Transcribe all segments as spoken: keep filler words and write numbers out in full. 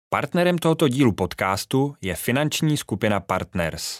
Partnerem tohoto dílu podcastu je finanční skupina Partners.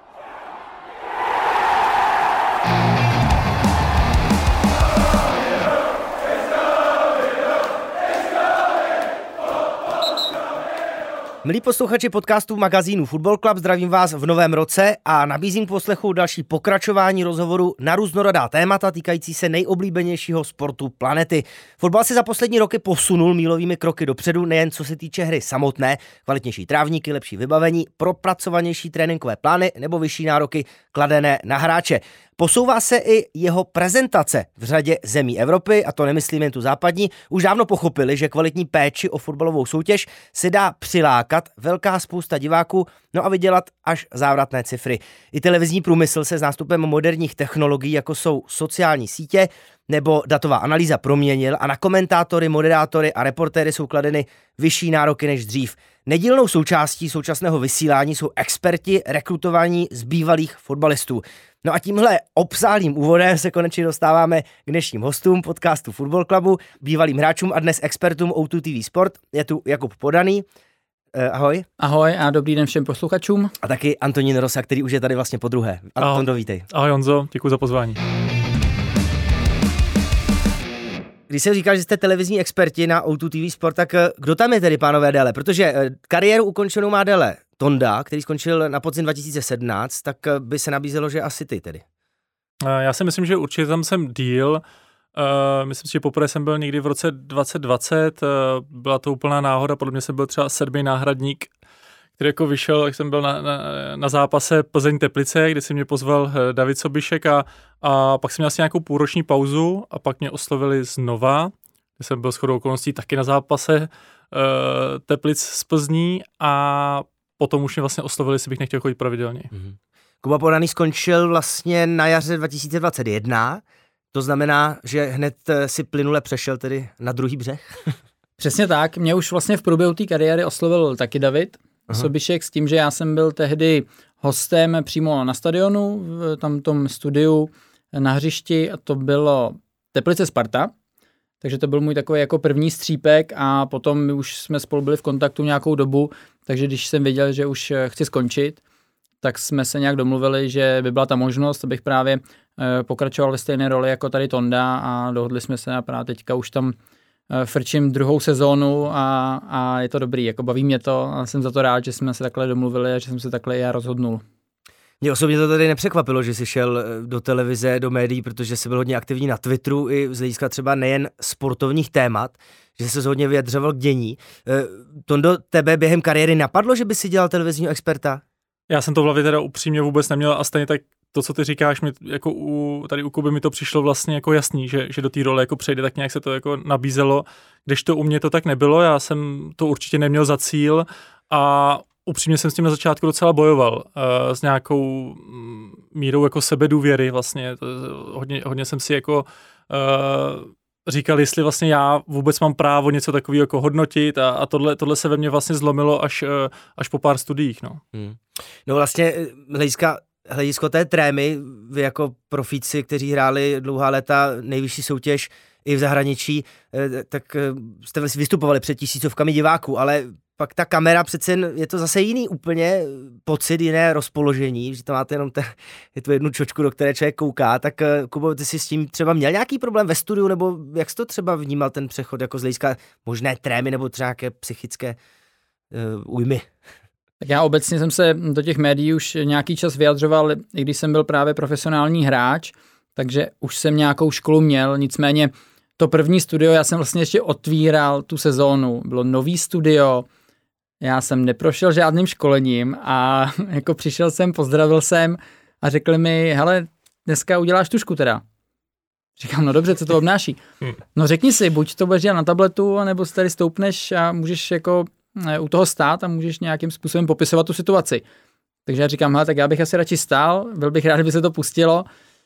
Milí posluchači podcastu magazínu Football Club, zdravím vás v novém roce a nabízím k poslechu další pokračování rozhovoru na různorodá témata týkající se nejoblíbenějšího sportu planety. Fotbal se za poslední roky posunul mílovými kroky dopředu, nejen co se týče hry samotné, kvalitnější trávníky, lepší vybavení, propracovanější tréninkové plány nebo vyšší nároky kladené na hráče. Posouvá se i jeho prezentace v řadě zemí Evropy, a to nemyslím jen tu západní, už dávno pochopili, že kvalitní péči o fotbalovou soutěž se dá přilákat velká spousta diváků, no a vydělat až závratné cifry. I televizní průmysl se s nástupem moderních technologií, jako jsou sociální sítě nebo datová analýza, proměnil a na komentátory, moderátory a reportéry jsou kladeny vyšší nároky než dřív. Nedílnou součástí současného vysílání jsou experti rekrutovaní z bývalých fotbalistů. No a tímhle obsálým úvodem se konečně dostáváme k dnešním hostům podcastu Football Clubu, bývalým hráčům a dnes expertům O dva T V Sport. Je tu Jakub Podaný. Eh, ahoj. Ahoj a dobrý den všem posluchačům. A taky Antonín Rosa, který už je tady vlastně podruhé. Anton, vítej. Ahoj Honzo, děkuji za pozvání. Když jsem říkal, že jste televizní experti na O dva T V Sport, tak kdo tam je tedy, pánové, déle? Protože kariéru ukončenou má déle Tonda, který skončil na podzim dva tisíce sedmnáct, tak by se nabízelo, že asi ty tedy. Já si myslím, že určitě tam jsem díl. Myslím si, že poprvé jsem byl někdy v roce dvacet dvacet, byla to úplná náhoda, podle mě jsem byl třeba sedmý náhradník, který jako vyšel, jak jsem byl na, na, na zápase Plzeň Teplice, kde si mě pozval David Sobišek a, a pak jsem měl asi nějakou půlroční pauzu a pak mě oslovili znova, kde jsem byl shodou okolností taky na zápase uh, Teplic z Plzní a potom už mě vlastně oslovili, jestli bych nechtěl chodit pravidelně. Mm-hmm. Kuba Podaný skončil vlastně na jaře dva tisíce dvacet jedna, to znamená, že hned si plynule přešel tedy na druhý břeh. Přesně tak, mě už vlastně v průběhu té kariéry oslovil taky David Aha. Sobišek s tím, že já jsem byl tehdy hostem přímo na stadionu, v tam tom studiu na hřišti, a to bylo Teplice Sparta, takže to byl můj takový jako první střípek a potom my už jsme spolu byli v kontaktu nějakou dobu, takže když jsem věděl, že už chci skončit, tak jsme se nějak domluvili, že by byla ta možnost, abych právě pokračoval ve stejné roli jako tady Tonda a dohodli jsme se a právě teďka už tam frčím druhou sezónu a, a je to dobrý, jako baví mě to a jsem za to rád, že jsme se takhle domluvili a že jsem se takhle já rozhodnul. Mě osobně to tady nepřekvapilo, že jsi šel do televize, do médií, protože jsi byl hodně aktivní na Twitteru i z hlediska třeba nejen sportovních témat, že jsi hodně vyjadřoval k dění. Tondo, tebe během kariéry napadlo, že by si dělal televizního experta? Já jsem to v hlavě teda upřímně vůbec neměl a stejně tak to, co ty říkáš, mi jako u, tady u Kuby mi to přišlo vlastně jako jasný, že, že do té role jako přejde, tak nějak se to jako nabízelo, když to u mě to tak nebylo, já jsem to určitě neměl za cíl a upřímně jsem s tím na začátku docela bojoval, uh, s nějakou mírou jako sebedůvěry vlastně, to, hodně, hodně jsem si jako uh, říkal, jestli vlastně já vůbec mám právo něco takového jako hodnotit a, a tohle, tohle se ve mně vlastně zlomilo až, uh, až po pár studiích, no. Hmm. No vlastně hlediska Hledisko té trémy, vy jako profíci, kteří hráli dlouhá léta nejvyšší soutěž i v zahraničí, tak jste vystupovali před tisícovkami diváků, ale pak ta kamera přece je to zase jiný úplně pocit, jiné rozpoložení, že to máte jenom te, je tu jednu čočku, do které člověk kouká, tak Kubo, ty jsi s tím třeba měl nějaký problém ve studiu, nebo jak jsi to třeba vnímal ten přechod jako z hlediska možné trémy nebo třeba nějaké psychické uh, újmy? Tak já obecně jsem se do těch médií už nějaký čas vyjadřoval, i když jsem byl právě profesionální hráč, takže už jsem nějakou školu měl, nicméně to první studio, já jsem vlastně ještě otvíral tu sezónu, bylo nový studio, já jsem neprošel žádným školením a jako přišel jsem, pozdravil jsem a řekli mi, hele, dneska uděláš tušku teda. Říkám, no dobře, co to obnáší? No řekni si, buď to budeš dělat na tabletu, nebo si tady stoupneš a můžeš jako u toho stát a můžeš nějakým způsobem popisovat tu situaci. Takže já říkám, hele, tak já bych asi radši stál, byl bych rád, kdyby se to pustilo.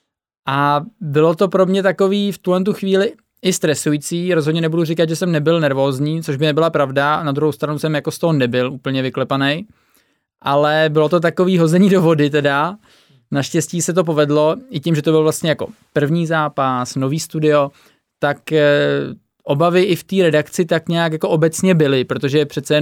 A bylo to pro mě takový v tuhle tu chvíli i stresující, rozhodně nebudu říkat, že jsem nebyl nervózní, což by nebyla pravda, na druhou stranu jsem jako z toho nebyl úplně vyklepanej, ale bylo to takový hození do vody teda. Naštěstí se to povedlo, i tím, že to byl vlastně jako první zápas, nový studio, tak obavy i v té redakci tak nějak jako obecně byly, protože přece jenom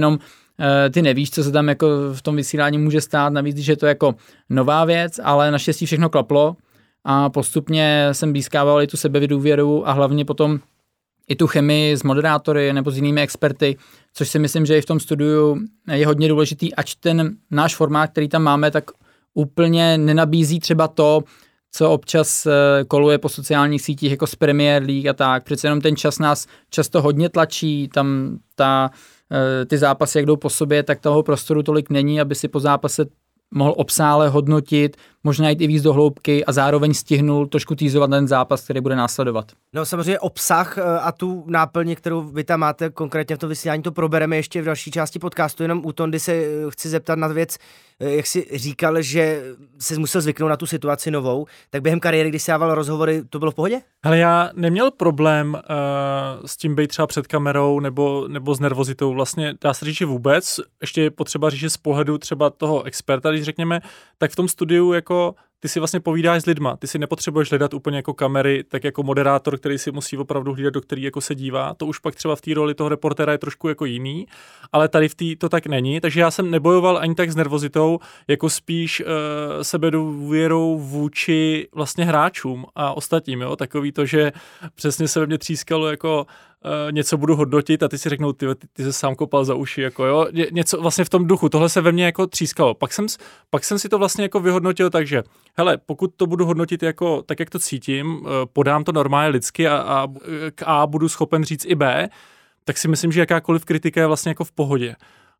ty nevíš, co se tam jako v tom vysílání může stát, navíc, když je to jako nová věc, ale naštěstí všechno klaplo a postupně jsem získával i tu sebedůvěru a hlavně potom i tu chemii s moderátory nebo s jinými experty, což si myslím, že i v tom studiu je hodně důležitý, ač ten náš formát, který tam máme, tak úplně nenabízí třeba to, co občas koluje po sociálních sítích jako z Premier League a tak. Přece jenom ten čas nás často hodně tlačí, tam ta, ty zápasy, jak jdou po sobě, tak toho prostoru tolik není, aby si po zápase mohl obsále hodnotit, možná jít i víc do hloubky a zároveň stihnul trošku týzovat ten zápas, který bude následovat. No samozřejmě obsah a tu náplň, kterou vy tam máte konkrétně v tom vysílání, to probereme ještě v další části podcastu, jenom u Tondy se chci zeptat na věc, jak jsi říkal, že se musel zvyknout na tu situaci novou, tak během kariéry, když jsi dával rozhovory, to bylo v pohodě? Hele, já neměl problém uh, s tím být třeba před kamerou nebo, nebo s nervozitou, vlastně dá se říct, že vůbec, ještě je potřeba říct, že z pohledu třeba toho experta, když řekněme, tak v tom studiu jako ty si vlastně povídáš s lidma, ty si nepotřebuješ hledat úplně jako kamery, tak jako moderátor, který si musí opravdu hlídat, do který jako se dívá, to už pak třeba v té roli toho reportéra je trošku jako jiný, ale tady v té to tak není, takže já jsem nebojoval ani tak s nervozitou, jako spíš uh, sebedůvěrou vůči vlastně hráčům a ostatním, jo, takový to, že přesně se ve mně třískalo jako Uh, něco budu hodnotit a ty si řeknou, ty, ty, ty se sám kopal za uši, jako jo, Ně, něco vlastně v tom duchu, tohle se ve mně jako třískalo. Pak jsem, pak jsem si to vlastně jako vyhodnotil, takže hele, pokud to budu hodnotit jako tak, jak to cítím, uh, podám to normálně lidsky a, a k A budu schopen říct i B, tak si myslím, že jakákoliv kritika je vlastně jako v pohodě.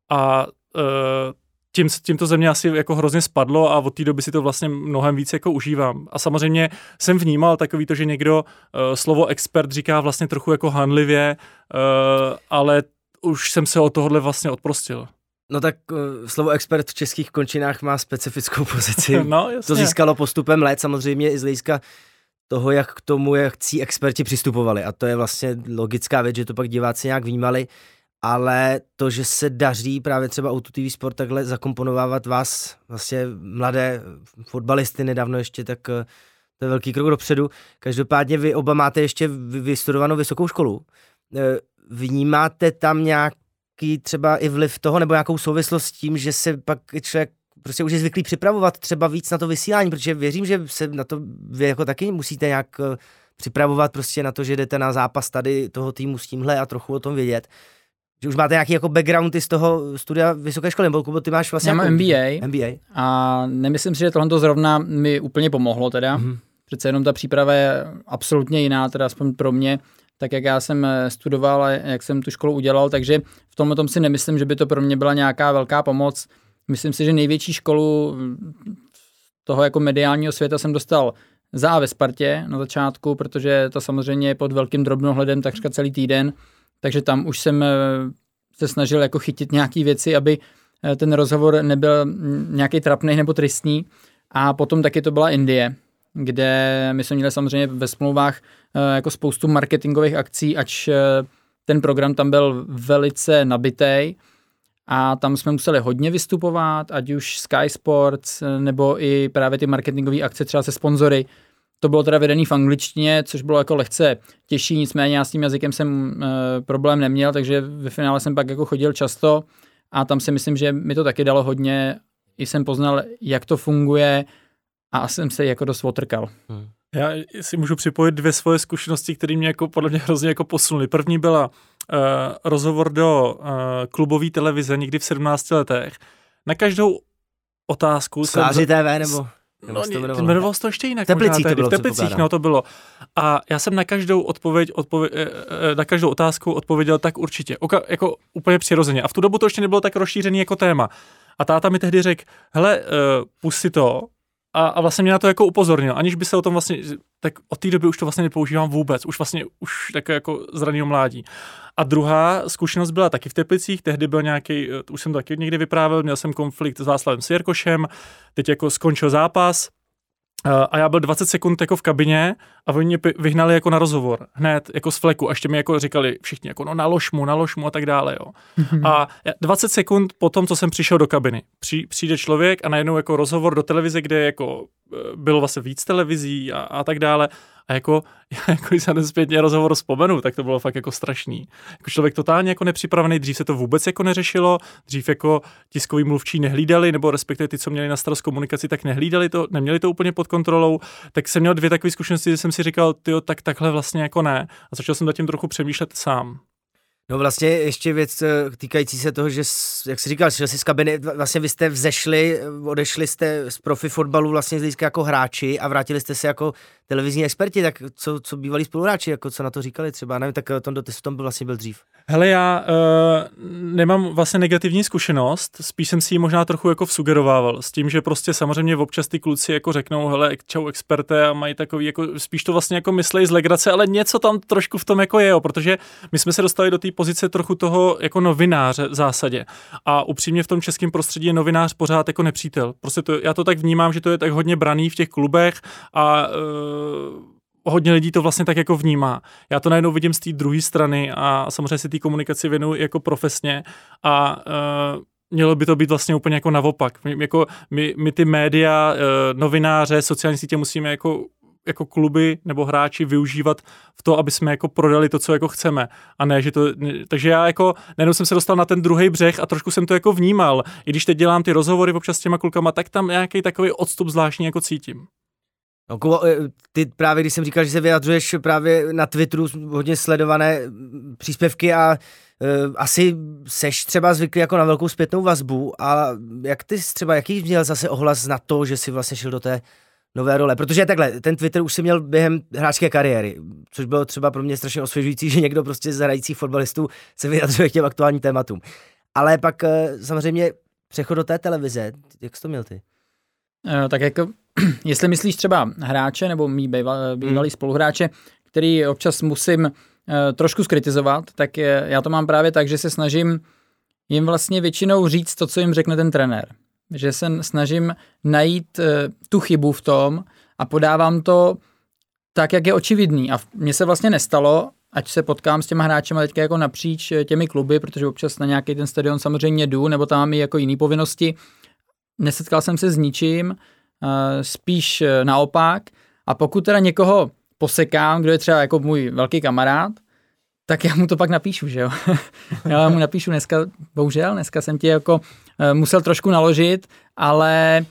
A uh, Tím, tím to ze mě asi jako hrozně spadlo a od té doby si to vlastně mnohem víc jako užívám. A samozřejmě jsem vnímal takový to, že někdo uh, slovo expert říká vlastně trochu jako hanlivě, uh, ale už jsem se od tohohle vlastně odprostil. No tak uh, slovo expert v českých končinách má specifickou pozici. No, jasně. To získalo postupem let, samozřejmě i z hlediska toho, jak k tomu, jak cí experti přistupovali. A to je vlastně logická věc, že to pak diváci nějak vnímali. Ale to, že se daří právě třeba Auto T V Sport takhle zakomponovávat vás, vlastně mladé fotbalisty nedávno ještě, tak to je velký krok dopředu. Každopádně vy oba máte ještě vystudovanou vysokou školu. Vnímáte tam nějaký třeba i vliv toho, nebo nějakou souvislost s tím, že se pak člověk prostě už je zvyklý připravovat třeba víc na to vysílání, protože věřím, že se na to vy jako taky musíte nějak připravovat prostě na to, že jdete na zápas tady toho týmu s tímhle a trochu o tom vědět. Že už máte nějaký jako background z toho studia vysoké školy, nebo Kubo, ty máš vlastně... Já mám jako M B A, M B A a nemyslím si, že tohle zrovna mi úplně pomohlo teda. Mm-hmm. Přece jenom ta příprava je absolutně jiná, teda aspoň pro mě, tak jak já jsem studoval a jak jsem tu školu udělal, takže v tomhle tom si nemyslím, že by to pro mě byla nějaká velká pomoc. Myslím si, že největší školu toho jako mediálního světa jsem dostal za A ve Spartě na začátku, protože to samozřejmě je pod velkým drobnohledem takřka celý týden. Takže tam už jsem se snažil jako chytit nějaké věci, aby ten rozhovor nebyl nějaký trapný nebo tristní. A potom taky to byla Indie, kde my jsme měli samozřejmě ve smlouvách jako spoustu marketingových akcí, ač ten program tam byl velice nabitej a tam jsme museli hodně vystupovat, ať už Sky Sports nebo i právě ty marketingové akce třeba se sponzory. To bylo teda vedený v angličtině, což bylo jako lehce těžší, nicméně já s tím jazykem jsem e, problém neměl, takže ve finále jsem pak jako chodil často a tam si myslím, že mi to taky dalo hodně, i jsem poznal, jak to funguje a jsem se jako dost otrkal. Hmm. Já si můžu připojit dvě svoje zkušenosti, které mě jako podle mě hrozně jako posunuly. První byla uh, rozhovor do uh, klubové televize někdy v sedmnácti letech. Na každou otázku Skláři jsem... T V nebo... No, jmenovalo se to ještě jinak. Teplicích možná, to bylo, v Teplicích, no to bylo. A já jsem na každou odpověď, odpověď na každou otázku odpověděl tak určitě, Oka, jako úplně přirozeně. A v tu dobu to ještě nebylo tak rozšířený jako téma. A táta mi tehdy řekl, hele, uh, pust si to. A, a vlastně mě na to jako upozornil, aniž by se o tom vlastně, tak od té doby už to vlastně nepoužívám vůbec, už vlastně, už také jako z raného mládí. A druhá zkušenost byla taky v Teplicích, tehdy byl nějaký, už jsem to taky někdy vyprávěl, měl jsem konflikt s Václavem Svěrkošem, teď jako skončil zápas a já byl dvacet sekund jako v kabině a oni mě vyhnali jako na rozhovor, hned jako z fleku a ještě mi jako říkali všichni jako no nalož mu, nalož mu a tak dále, jo. Mm-hmm. A dvacet sekund po tom, co jsem přišel do kabiny, při, přijde člověk a najednou jako rozhovor do televize, kde je jako bylo vlastně víc televizí a, a tak dále. A jako, jako když se ten zpětně rozhovor vzpomenu, tak to bylo fakt jako strašný. Jako člověk totálně jako nepřipravený, dřív se to vůbec jako neřešilo, dřív jako tiskoví mluvčí nehlídali, nebo respektive ty, co měli na starost komunikaci, tak nehlídali to, neměli to úplně pod kontrolou. Tak jsem měl dvě takové zkušenosti, že jsem si říkal, tyjo, tak takhle vlastně jako ne. A začal jsem nad tím trochu přemýšlet sám. No vlastně ještě věc týkající se toho, že, jak jsi říkal, že jsi z kabiny, vlastně vy jste vzešli, odešli jste z profi fotbalu vlastně z hlediska jako hráči a vrátili jste se jako televizní experti, tak co, co bývalí spoluhráči, jako co na to říkali třeba, nevím, tak Tondo, ty jsi v tom vlastně byl dřív. Hele, já uh, nemám vlastně negativní zkušenost, spíš jsem si ji možná trochu jako vsugerovával s tím, že prostě samozřejmě občas ty kluci jako řeknou, hele, čau experte a mají takový, jako spíš to vlastně jako myslej z legrace, ale něco tam trošku v tom jako je, jo, protože my jsme se dostali do té pozice trochu toho jako novináře v zásadě a upřímně v tom českém prostředí je novinář pořád jako nepřítel. Prostě to, já to tak vnímám, že to je tak hodně braný v těch klubech a uh, hodně lidí to vlastně tak jako vnímá. Já to najednou vidím z té druhé strany a samozřejmě si té komunikaci věnuju jako profesně a uh, mělo by to být vlastně úplně jako naopak. My, jako, my, my ty média, uh, novináře, sociální sítě musíme jako jako kluby nebo hráči využívat v to, aby jsme jako prodali to, co jako chceme. A ne, že to, takže já jako, najednou jsem se dostal na ten druhý břeh a trošku jsem to jako vnímal. I když teď dělám ty rozhovory občas s těma klukama, tak tam nějaký takový odstup zvláštní jako cítím. No, Kubo, ty právě, když jsem říkal, že se vyjadřuješ právě na Twitteru hodně sledované příspěvky a uh, asi seš třeba zvyklý jako na velkou zpětnou vazbu a jak ty třeba, jaký měl zase ohlas na to, že jsi vlastně šel do té nové role, protože takhle, ten Twitter už si měl během hráčské kariéry, což bylo třeba pro mě strašně osvěžující, že někdo prostě z hrajících fotbalistů se vyjadřuje k těm aktuálním tématům. Ale pak samozřejmě přechod do té televize, jak jsi to měl ty? No, tak jako, jestli myslíš třeba hráče nebo mý bývalý, bývalý hmm. spoluhráče, který občas musím uh, trošku skritizovat, tak je, já to mám právě tak, že se snažím jim vlastně většinou říct to, co jim řekne ten trenér. Že se snažím najít uh, tu chybu v tom a podávám to tak, jak je očividný. A mně se vlastně nestalo, ať se potkám s těma hráčema teďka jako napříč těmi kluby, protože občas na nějaký ten stadion samozřejmě jdu, nebo tam mám i jako jiný povinnosti. Nesetkal jsem se s ničím, uh, spíš naopak. A pokud teda někoho posekám, kdo je třeba jako můj velký kamarád, tak já mu to pak napíšu, že jo. Já mu napíšu dneska, bohužel, dneska jsem ti jako uh, musel trošku naložit, ale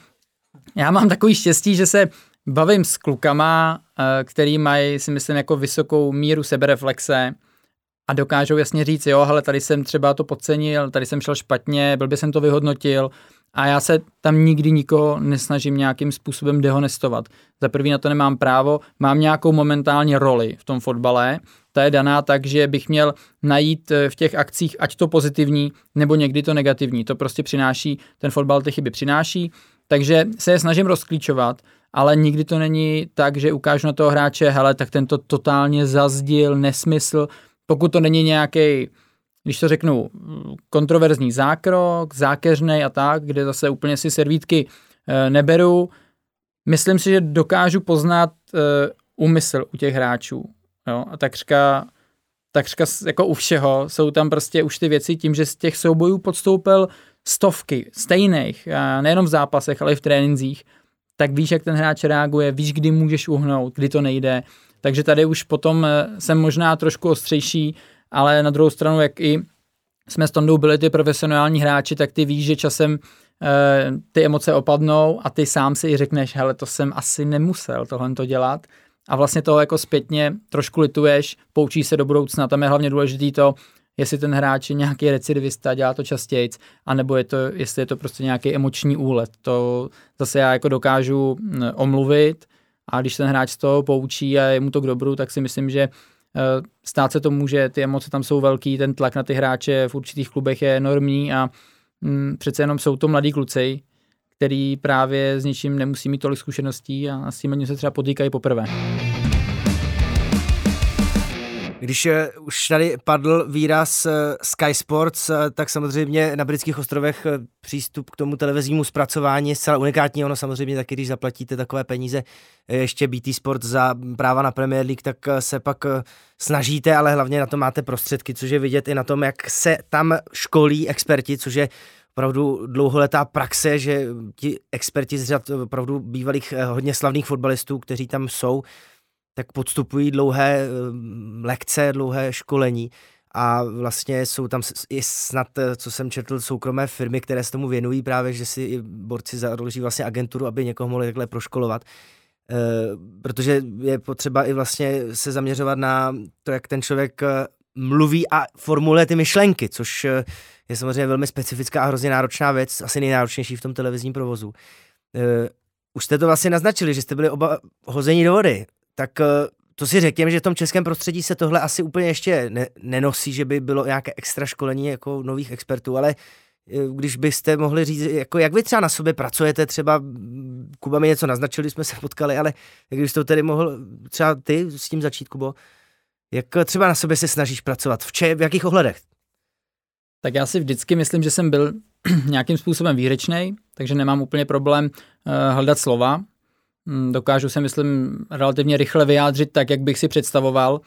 já mám takový štěstí, že se bavím s klukama, uh, který mají, si myslím, jako vysokou míru sebereflexe a dokážou jasně říct, jo, hele, tady jsem třeba to podcenil, tady jsem šel špatně, blbě jsem to vyhodnotil a já se tam nikdy nikoho nesnažím nějakým způsobem dehonestovat. Za první na to nemám právo, mám nějakou momentální roli v tom fotbale, ta je daná tak, že bych měl najít v těch akcích ať to pozitivní, nebo někdy to negativní. To prostě přináší, ten fotbal ty chyby přináší, takže se je snažím rozklíčovat, ale nikdy to není tak, že ukážu na toho hráče, hele, tak ten to totálně zazdil, nesmysl, pokud to není nějaký, když to řeknu, kontroverzní zákrok, zákeřnej a tak, kde zase úplně si servítky e, neberu. Myslím si, že dokážu poznat e, úmysl u těch hráčů. Jo? A takřka, takřka jako u všeho jsou tam prostě už ty věci tím, že z těch soubojů podstoupil stovky stejných, nejenom v zápasech, ale i v trénincích, tak víš, jak ten hráč reaguje, víš, kdy můžeš uhnout, kdy to nejde. Takže tady už potom jsem možná trošku ostřejší, ale na druhou stranu, jak i jsme s Tondou byli ty profesionální hráči, tak ty víš, že časem e, ty emoce opadnou a ty sám si i řekneš, hele, to jsem asi nemusel tohle to dělat. A vlastně toho jako zpětně trošku lituješ, poučíš se do budoucna. Tam je hlavně důležitý to, jestli ten hráč je nějaký recidivista, dělá to častějc, anebo je to, jestli je to prostě nějaký emoční úlet. To zase já jako dokážu omluvit a když ten hráč z toho poučí a je mu to k dobru, tak si myslím, že stát se to může, ty emoce tam jsou velký, ten tlak na ty hráče v určitých klubech je enormní a mm, přece jenom jsou to mladí kluci, který právě s ničím nemusí mít tolik zkušeností a s tím se třeba potýkají poprvé. Když už tady padl výraz Sky Sports, tak samozřejmě na Britských ostrovech přístup k tomu televiznímu zpracování je zcela unikátní. Ono samozřejmě taky, když zaplatíte takové peníze ještě B T Sport za práva na Premier League, tak se pak snažíte, ale hlavně na to máte prostředky, což je vidět i na tom, jak se tam školí experti, což je opravdu dlouholetá praxe, že ti experti z řad opravdu bývalých hodně slavných fotbalistů, kteří tam jsou, tak podstupují dlouhé lekce, dlouhé školení a vlastně jsou tam i snad, co jsem četl, soukromé firmy, které se tomu věnují právě, že si i borci založí vlastně agenturu, aby někoho mohli takhle proškolovat. E, protože je potřeba i vlastně se zaměřovat na to, jak ten člověk mluví a formuluje ty myšlenky, což je samozřejmě velmi specifická a hrozně náročná věc, asi nejnáročnější v tom televizním provozu. E, už jste to vlastně naznačili, že jste byli oba hození do vody, tak to si řekněme, že v tom českém prostředí se tohle asi úplně ještě ne, nenosí, že by bylo nějaké extra školení jako nových expertů, ale když byste mohli říct, jako jak vy třeba na sobě pracujete, třeba Kuba mi něco naznačil, když jsme se potkali, ale když to tedy mohl třeba ty s tím začít, Kubo, jak třeba na sobě se snažíš pracovat, v, če, v jakých ohledech? Tak já si vždycky myslím, že jsem byl nějakým způsobem výřečnej, takže nemám úplně problém uh, hledat slova. Dokážu se, myslím, relativně rychle vyjádřit tak, jak bych si představoval,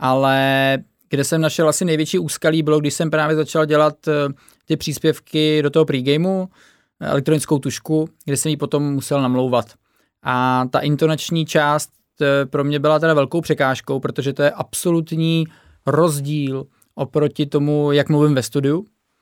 ale kde jsem našel asi největší úskalí bylo, když jsem právě začal dělat ty příspěvky do toho pregameu, elektronickou tušku, kde jsem ji potom musel namlouvat. A ta intonační část pro mě byla teda velkou překážkou, protože to je absolutní rozdíl oproti tomu, jak mluvím ve studiu.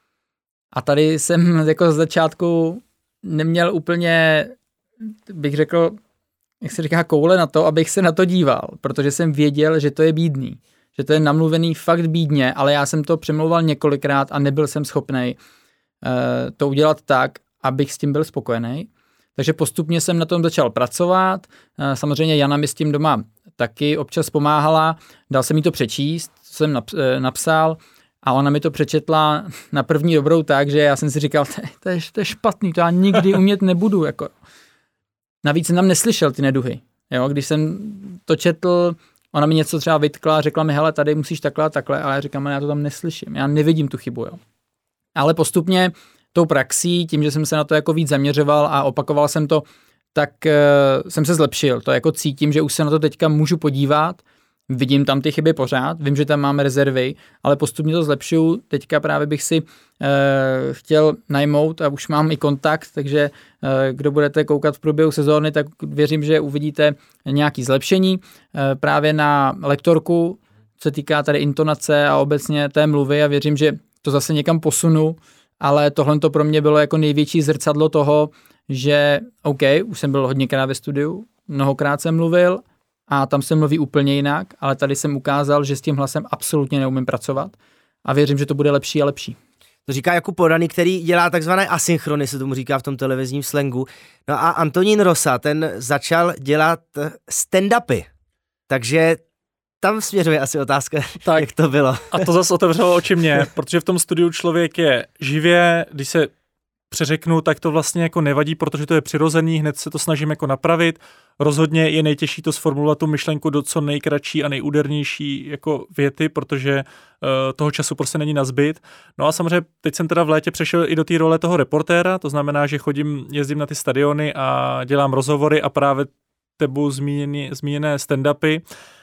A tady jsem jako z začátku neměl úplně, bych řekl, jak se říká, koule na to, abych se na to díval, protože jsem věděl, že to je bídný, že to je namluvený fakt bídně, ale já jsem to přemlouval několikrát a nebyl jsem schopnej uh, to udělat tak, abych s tím byl spokojený. Takže postupně jsem na tom začal pracovat, uh, samozřejmě Jana mi s tím doma taky občas pomáhala, dal jsem jí to přečíst, co jsem nap, uh, napsal a ona mi to přečetla na první dobrou tak, že já jsem si říkal, to je, to je, to je špatný, to já nikdy umět nebudu, jako. Navíc jsem tam neslyšel ty neduhy. Jo? Když jsem to četl, ona mi něco třeba vytkla, řekla mi, hele, tady musíš takhle a takhle, ale já říkám, já to tam neslyším, já nevidím tu chybu. Jo? Ale postupně tou praxí, tím, že jsem se na to jako víc zaměřoval a opakoval jsem to, tak uh, jsem se zlepšil. To jako cítím, že už se na to teďka můžu podívat, vidím tam ty chyby pořád, vím, že tam máme rezervy, ale postupně to zlepšuju. Teďka právě bych si uh, chtěl najmout a už mám i kontakt, takže uh, kdo budete koukat v průběhu sezóny, tak věřím, že uvidíte nějaké zlepšení. Uh, právě na lektorku, co se týká tady intonace a obecně té mluvy a věřím, že to zase někam posunu, ale tohle to pro mě bylo jako největší zrcadlo toho, že OK, už jsem byl hodněkrát ve studiu, mnohokrát jsem mluvil, a tam se mluví úplně jinak, ale tady jsem ukázal, že s tím hlasem absolutně neumím pracovat a věřím, že to bude lepší a lepší. To říká Jakub Podaný, který dělá takzvané asynchrony, se tomu říká v tom televizním slangu. No a Antonín Rosa, ten začal dělat stand-upy, takže tam směřuje asi otázka, tak, jak to bylo. A to zase otevřelo oči mě, protože v tom studiu člověk je živě, když se přeřeknu, tak to vlastně jako nevadí, protože to je přirozený, hned se to snažím jako napravit. Rozhodně je nejtěžší to sformulovat tu myšlenku do co nejkratší a nejúdernější jako věty, protože uh, toho času prostě není nazbyt. No a samozřejmě teď jsem teda v létě přešel i do té role toho reportéra, to znamená, že chodím, jezdím na ty stadiony a dělám rozhovory a právě tebou zmíněný, zmíněné stand-upy.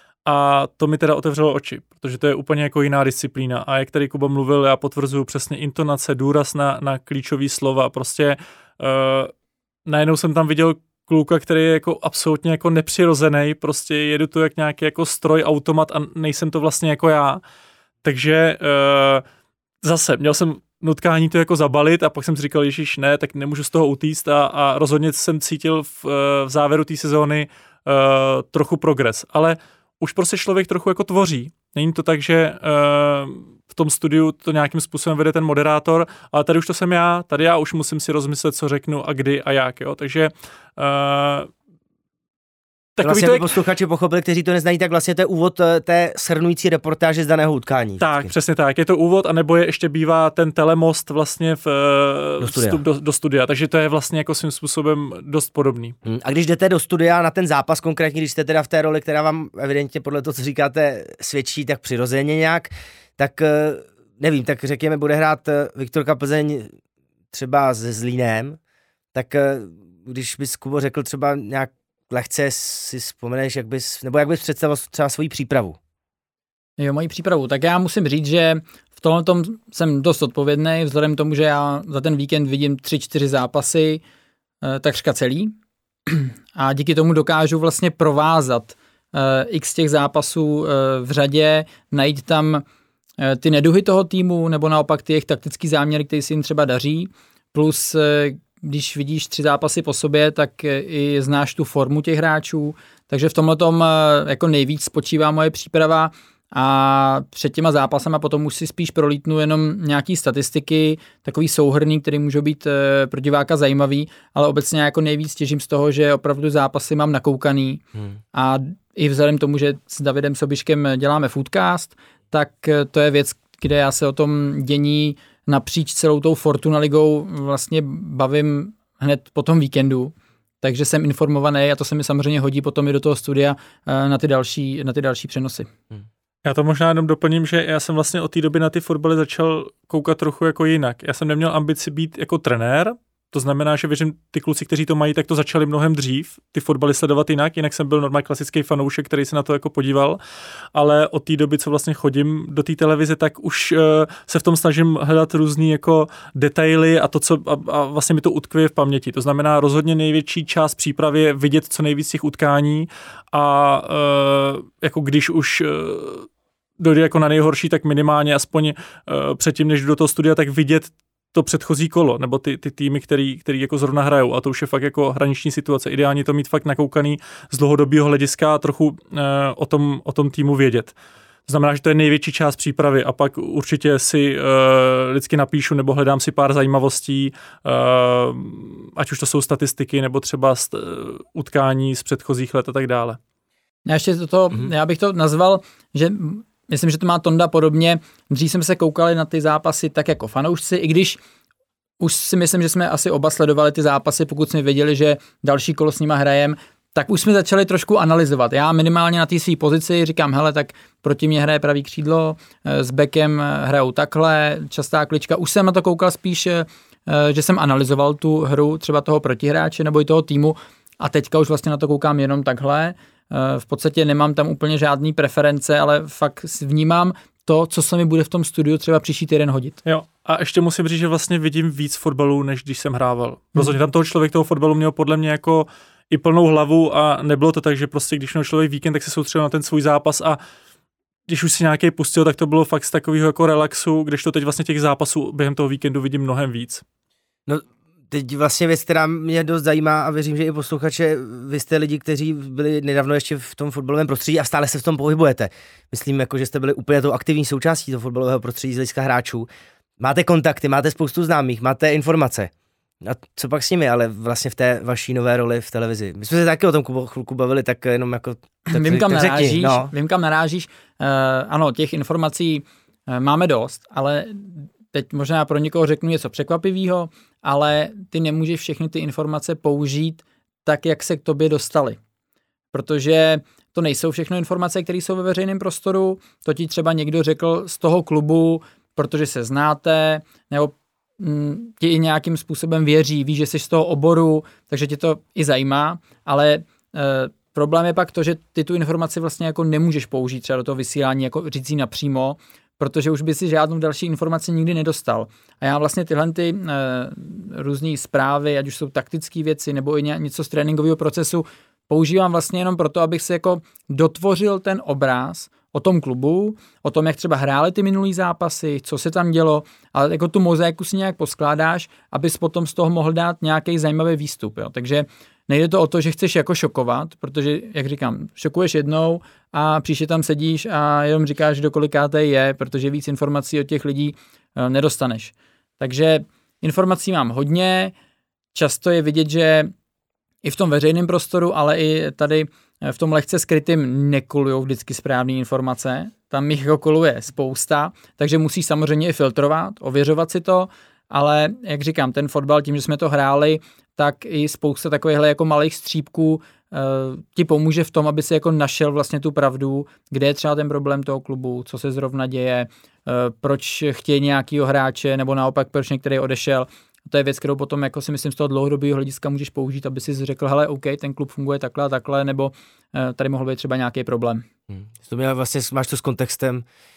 A to mi teda otevřelo oči, protože to je úplně jako jiná disciplína. A jak tady Kuba mluvil, já potvrzuju přesně intonace, důraz na, na klíčové slova. Prostě uh, najednou jsem tam viděl kluka, který je jako absolutně jako nepřirozený, prostě jedu tu jak nějaký jako stroj, automat a nejsem to vlastně jako já. Takže uh, zase měl jsem nutkání to jako zabalit a pak jsem si říkal, ježiš, ne, tak nemůžu z toho utíct a, a rozhodně jsem cítil v, v závěru té sezóny uh, trochu progres. Ale už prostě člověk trochu jako tvoří. Není to tak, že uh, v tom studiu to nějakým způsobem vede ten moderátor, ale tady už to jsem já, tady já už musím si rozmyslet, co řeknu a kdy a jak. Jo. Takže uh, takový vlastně to, jak posluchači pochopili, kteří to neznají, tak vlastně to je úvod té shrnující reportáže z daného utkání. Tak, vždycky. Přesně tak. Je to úvod, anebo je ještě bývá ten telemost vlastně v, do, studia. Vstup do, do studia. Takže to je vlastně jako svým způsobem dost podobný. Hmm. A když jdete do studia na ten zápas konkrétně, když jste teda v té roli, která vám evidentně podle toho, co říkáte, svědčí tak přirozeně nějak, tak nevím, tak řekněme, bude hrát Viktorka Plzeň třeba se Zlínem, tak když bys, Kubo, řekl třeba nějak lehce si vzpomeneš, jak bys, nebo jak bys představil třeba svoji přípravu? Jo, moji přípravu. Tak já musím říct, že v tomhle tom jsem dost odpovědný, vzhledem k tomu, že já za ten víkend vidím tři, čtyři zápasy, takřka celý. A díky tomu dokážu vlastně provázat x těch zápasů v řadě, najít tam ty neduhy toho týmu, nebo naopak ty jejich taktický záměry, který si jim třeba daří. Plus, když vidíš tři zápasy po sobě, tak i znáš tu formu těch hráčů. Takže v tomhletom jako nejvíc spočívá moje příprava. A před těma zápasama potom už si spíš prolítnu jenom nějaký statistiky, takový souhrnný, který můžou být e, pro diváka zajímavý, ale obecně jako nejvíc těžím z toho, že opravdu zápasy mám nakoukaný hmm. a i vzhledem tomu, že s Davidem Sobiškem děláme Foodcast, tak to je věc, kde já se o tom dění napříč celou tou Fortuna ligou vlastně bavím hned po tom víkendu. Takže jsem informovaný a to se mi samozřejmě hodí potom i do toho studia na ty další, na ty další přenosy. Hmm. Já to možná jenom doplním, že já jsem vlastně od té doby na ty fotbaly začal koukat trochu jako jinak. Já jsem neměl ambici být jako trenér, to znamená, že věřím, ty kluci, kteří to mají, tak to začali mnohem dřív, ty fotbaly sledovat jinak, jinak jsem byl normálně klasický fanoušek, který se na to jako podíval, ale od té doby, co vlastně chodím do té televize, tak už uh, se v tom snažím hledat různý jako detaily a to, co a, a vlastně mi to utkvěje v paměti. To znamená rozhodně největší část přípravy je vidět co nejvíc těch utkání a uh, jako když už uh, dojde jako na nejhorší, tak minimálně aspoň uh, předtím, než jdu do toho studia, tak vidět to předchozí kolo, nebo ty, ty týmy, který, který jako zrovna hrajou a to už je fakt jako hraniční situace. Ideálně to mít fakt nakoukaný z dlouhodobého hlediska a trochu uh, o tom, o tom týmu vědět. To znamená, že to je největší část přípravy a pak určitě si uh, vždycky napíšu nebo hledám si pár zajímavostí, uh, ať už to jsou statistiky nebo třeba st- uh, utkání z předchozích let a tak dále. Já ještě toto, mm-hmm. já bych to nazval, že myslím, že to má Tonda podobně. Dřív jsme se koukali na ty zápasy tak jako fanoušci, i když už si myslím, že jsme asi oba sledovali ty zápasy, pokud jsme věděli, že další kolo s nima hrajem, tak už jsme začali trošku analyzovat. Já minimálně na té své pozici říkám, hele, tak proti mě hraje pravý křídlo, s bekem hrajou takhle, častá klička. Už jsem na to koukal spíš, že jsem analyzoval tu hru třeba toho protihráče nebo i toho týmu a teďka už vlastně na to koukám jenom takhle. V podstatě nemám tam úplně žádný preference, ale fakt vnímám to, co se mi bude v tom studiu třeba příští týden hodit. Jo, a ještě musím říct, že vlastně vidím víc fotbalu, než když jsem hrával. Rozhodně tam toho člověk toho fotbalu měl podle mě jako i plnou hlavu a nebylo to tak, že prostě když měl člověk víkend, tak se soustředil na ten svůj zápas a když už si nějaký pustil, tak to bylo fakt z takového jako relaxu, kdežto teď vlastně těch zápasů během toho víkendu vidím mnohem víc. No, teď vlastně věc, která mě dost zajímá a věřím, že i posluchače, vy jste lidi, kteří byli nedávno ještě v tom fotbalovém prostředí a stále se v tom pohybujete. Myslím, jako, že jste byli úplně tou aktivní součástí toho fotbalového prostředí z hlediska hráčů. Máte kontakty, máte spoustu známých, máte informace. A co pak s nimi, ale vlastně v té vaší nové roli v televizi? My jsme se taky o tom chvilku bavili, tak jenom jako... Tak vím, kam tak narážíš, řekni, no. vím, kam narážíš. Uh, ano, těch informací uh, máme dost, ale teď možná pro někoho řeknu něco překvapivého, ale ty nemůžeš všechny ty informace použít tak, jak se k tobě dostaly. Protože to nejsou všechno informace, které jsou ve veřejném prostoru, to ti třeba někdo řekl z toho klubu, protože se znáte, nebo mm, ti i nějakým způsobem věří, ví, že jsi z toho oboru, takže tě to i zajímá, ale e, problém je pak to, že ty tu informaci vlastně jako nemůžeš použít třeba do toho vysílání, jako říct jí napřímo, protože už by si žádnou další informaci nikdy nedostal. A já vlastně tyhle ty e, různé zprávy, ať už jsou taktické věci, nebo i něco z tréninkového procesu, používám vlastně jenom proto, abych se jako dotvořil ten obraz o tom klubu, o tom, jak třeba hráli ty minulý zápasy, co se tam dělo, ale jako tu mozaiku si nějak poskládáš, abys potom z toho mohl dát nějaký zajímavý výstup. Jo. Takže nejde to o to, že chceš jako šokovat, protože, jak říkám, šokuješ jednou a příště tam sedíš a jenom říkáš, do kolikáté je, protože víc informací od těch lidí nedostaneš. Takže informací mám hodně, často je vidět, že i v tom veřejném prostoru, ale i tady v tom lehce skrytým nekolujou vždycky správné informace. Tam jich jako koluje spousta, takže musíš samozřejmě i filtrovat, ověřovat si to, ale jak říkám, ten fotbal, tím, že jsme to hráli, tak i spousta takovýchhle jako malých střípků e, ti pomůže v tom, aby si jako našel vlastně tu pravdu, kde je třeba ten problém toho klubu, co se zrovna děje, e, proč chtějí nějakýho hráče, nebo naopak proč některý odešel. to je věc, kterou potom jako si myslím z toho dlouhodobého hlediska můžeš použít, aby si řekl, hele, OK, ten klub funguje takhle a takhle, nebo uh, tady mohl být třeba nějaký problém. Hmm. To měl vlastně, máš to s kontextem.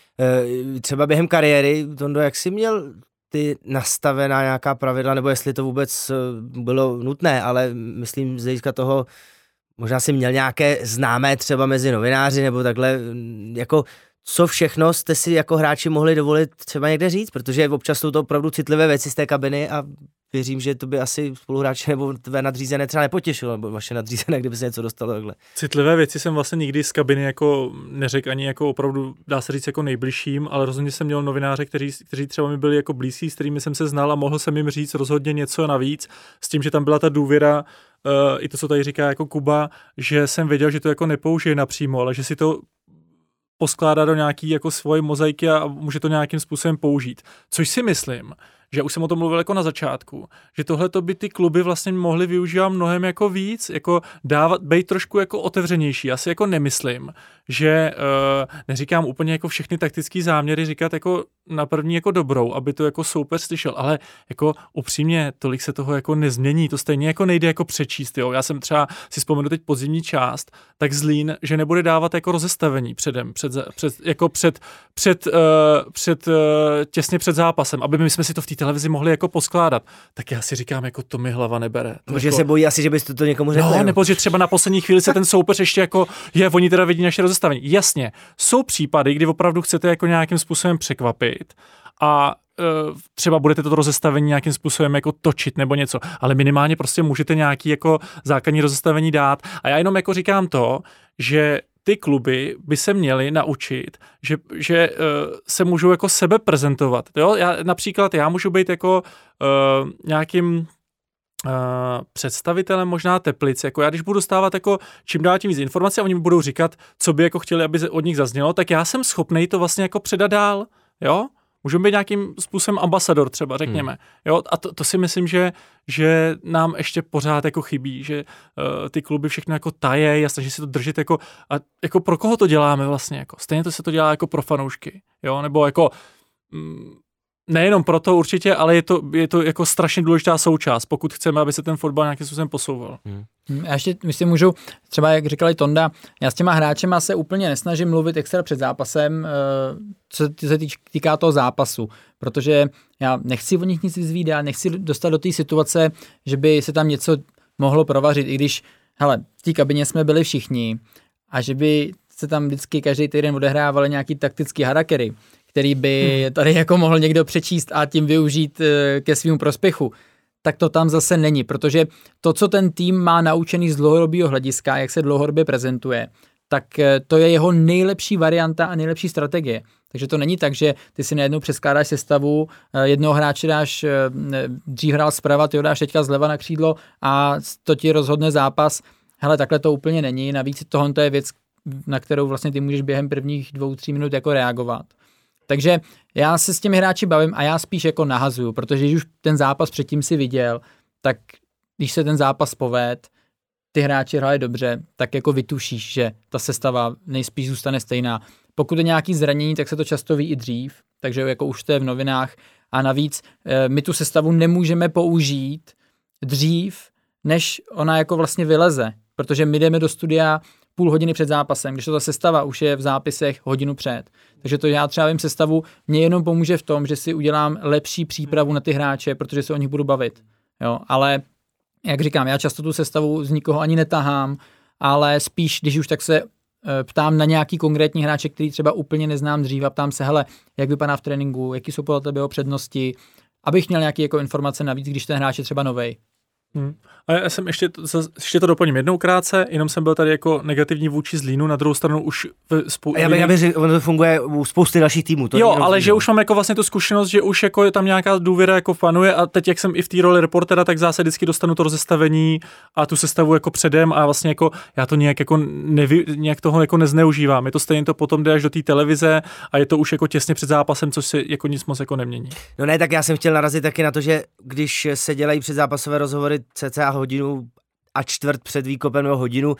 Uh, třeba během kariéry, Tondo, jak jsi měl ty nastavená nějaká pravidla, nebo jestli to vůbec uh, bylo nutné, ale myslím z hlediska toho, možná jsi měl nějaké známé třeba mezi novináři, nebo takhle, jako co všechno jste si jako hráči mohli dovolit třeba někde říct, protože občas jsou to opravdu citlivé věci z té kabiny a věřím, že to by asi spoluhráče nebo tvé nadřízené třeba nepotěšilo, nebo vaše nadřízené, kdyby se něco dostalo takhle. Citlivé věci jsem vlastně nikdy z kabiny jako neřekl ani jako opravdu, dá se říct, jako nejbližším, ale rozhodně jsem měl novináře, kteří, kteří třeba mi byli jako blízcí, s kterými jsem se znal a mohl jsem jim říct rozhodně něco navíc, s tím, že tam byla ta důvěra, uh, i to, co tady říká jako Kuba, že jsem věděl, že to jako nepoužije napřímo, ale že si to poskládá do nějaký jako svoje mozaiky a může to nějakým způsobem použít. Což si myslím, že už jsem o tom mluvil jako na začátku, že tohle to by ty kluby vlastně mohly využívat mnohem jako víc, jako dávat, být trošku jako otevřenější. Já si jako nemyslím, že uh, neříkám úplně jako všechny taktický záměry říkat jako na první jako dobrou, aby to jako soupeř slyšel, ale jako upřímně tolik se toho jako nezmění, to stejně jako nejde jako přečíst, jo. Já jsem třeba si vzpomenu teď podzimní část, tak Zlín, že nebude dávat jako rozestavení předem, před, před, jako před, před, uh, před uh, těsně před zápasem, aby my jsme si to v té televizi mohli jako poskládat. Tak já si říkám, jako to mi hlava nebere. Protože jako, se bojí asi, že byste to někomu řekli. No, nebo že třeba na poslední chvíli se ten soupeř ještě jako je, oni teda vidí naše rozestavení. Jasně, jsou případy, kdy opravdu chcete jako nějakým způsobem překvapit a uh, třeba budete to rozestavení nějakým způsobem jako točit nebo něco, ale minimálně prostě můžete nějaký jako základní rozestavení dát. A já jenom jako říkám to, že ty kluby by se měly naučit, že, že uh, se můžou jako sebe prezentovat. Jo? Já, například já můžu být jako uh, nějakým Uh, představitelem možná Teplic, jako já když budu dostávat jako čím dál tím víc informací a oni mi budou říkat, co by jako chtěli, aby od nich zaznělo, tak já jsem schopnej to vlastně jako předat dál, jo? Můžeme být nějakým způsobem ambasador třeba, řekněme. Hmm. Jo? A to, to si myslím, že, že nám ještě pořád jako chybí, že uh, ty kluby všechno jako tajejí a snaží si to držet jako, a jako pro koho to děláme vlastně, jako stejně to se to dělá jako pro fanoušky, jo? Nebo jako mm, nejenom proto určitě, ale je to, je to jako strašně důležitá součást, pokud chceme, aby se ten fotbal nějakým způsobem posouval. Hmm. Já ještě myslím, můžu, třeba jak říkali Tonda, já s těma hráčema se úplně nesnažím mluvit extra před zápasem, co se týká toho zápasu, protože já nechci o nich nic vyzvídat, nechci dostat do té situace, že by se tam něco mohlo provařit, i když, hele, v té kabině jsme byli všichni a že by se tam vždycky každý týden odehrávaly nějaký taktický harakery, který by tady jako mohl někdo přečíst a tím využít ke svému prospěchu, tak to tam zase není, protože to, co ten tým má naučený z dlouhodobého hlediska, jak se dlouhodobě prezentuje, tak to je jeho nejlepší varianta a nejlepší strategie. Takže to není tak, že ty si najednou přeskládáš sestavu, jednoho hráče dáš, dřív hrál zprava, ty ho dáš teďka zleva na křídlo a to ti rozhodne zápas. Hele, takhle to úplně není, navíc tohle je věc, na kterou vlastně ty můžeš během prvních dvou, tří minut jako reagovat. Takže já se s těmi hráči bavím a já spíš jako nahazuju, protože když už ten zápas předtím si viděl, tak když se ten zápas poved, ty hráči hráli dobře, tak jako vytušíš, že ta sestava nejspíš zůstane stejná. Pokud je nějaký zranění, tak se to často ví i dřív, takže jako už to je v novinách a navíc my tu sestavu nemůžeme použít dřív, než ona jako vlastně vyleze, protože my jdeme do studia půl hodiny před zápasem, když to ta sestava už je v zápisech hodinu před. Takže to já třeba vím sestavu, mě jenom pomůže v tom, že si udělám lepší přípravu na ty hráče, protože se o nich budu bavit. Jo, ale jak říkám, já často tu sestavu z nikoho ani netahám, ale spíš, když už tak se e, ptám na nějaký konkrétní hráče, který třeba úplně neznám dřív a ptám se, hele, jak vypadá v tréninku, jaký jsou podle tebe jeho přednosti, abych měl nějaké jako informace navíc, když ten hráč je třeba novej. Hmm. A já jsem ještě to, ještě to doplním jednou krátce, jenom jsem byl tady jako negativní vůči Zlínu, na druhou stranu už v spou- já bych, já bych řekl, ono to funguje u spousty dalších týmů. To jo, ale že už mám jako vlastně tu zkušenost, že už jako je tam nějaká důvěra jako panuje a teď jak jsem i v té roli reportera, tak zase vždycky dostanu to rozestavení a tu sestavu jako předem a vlastně jako já to nějak jako nevy, nějak toho jako nezneužívám. Je to stejně to potom jde až do té televize a je to už jako těsně před zápasem, což se jako nic moc jako nemění. No ne, tak já jsem chtěl narazit taky na to, že když se dělají předzápasové rozhovory cca hodinu a čtvrt před výkopem nebo hodinu,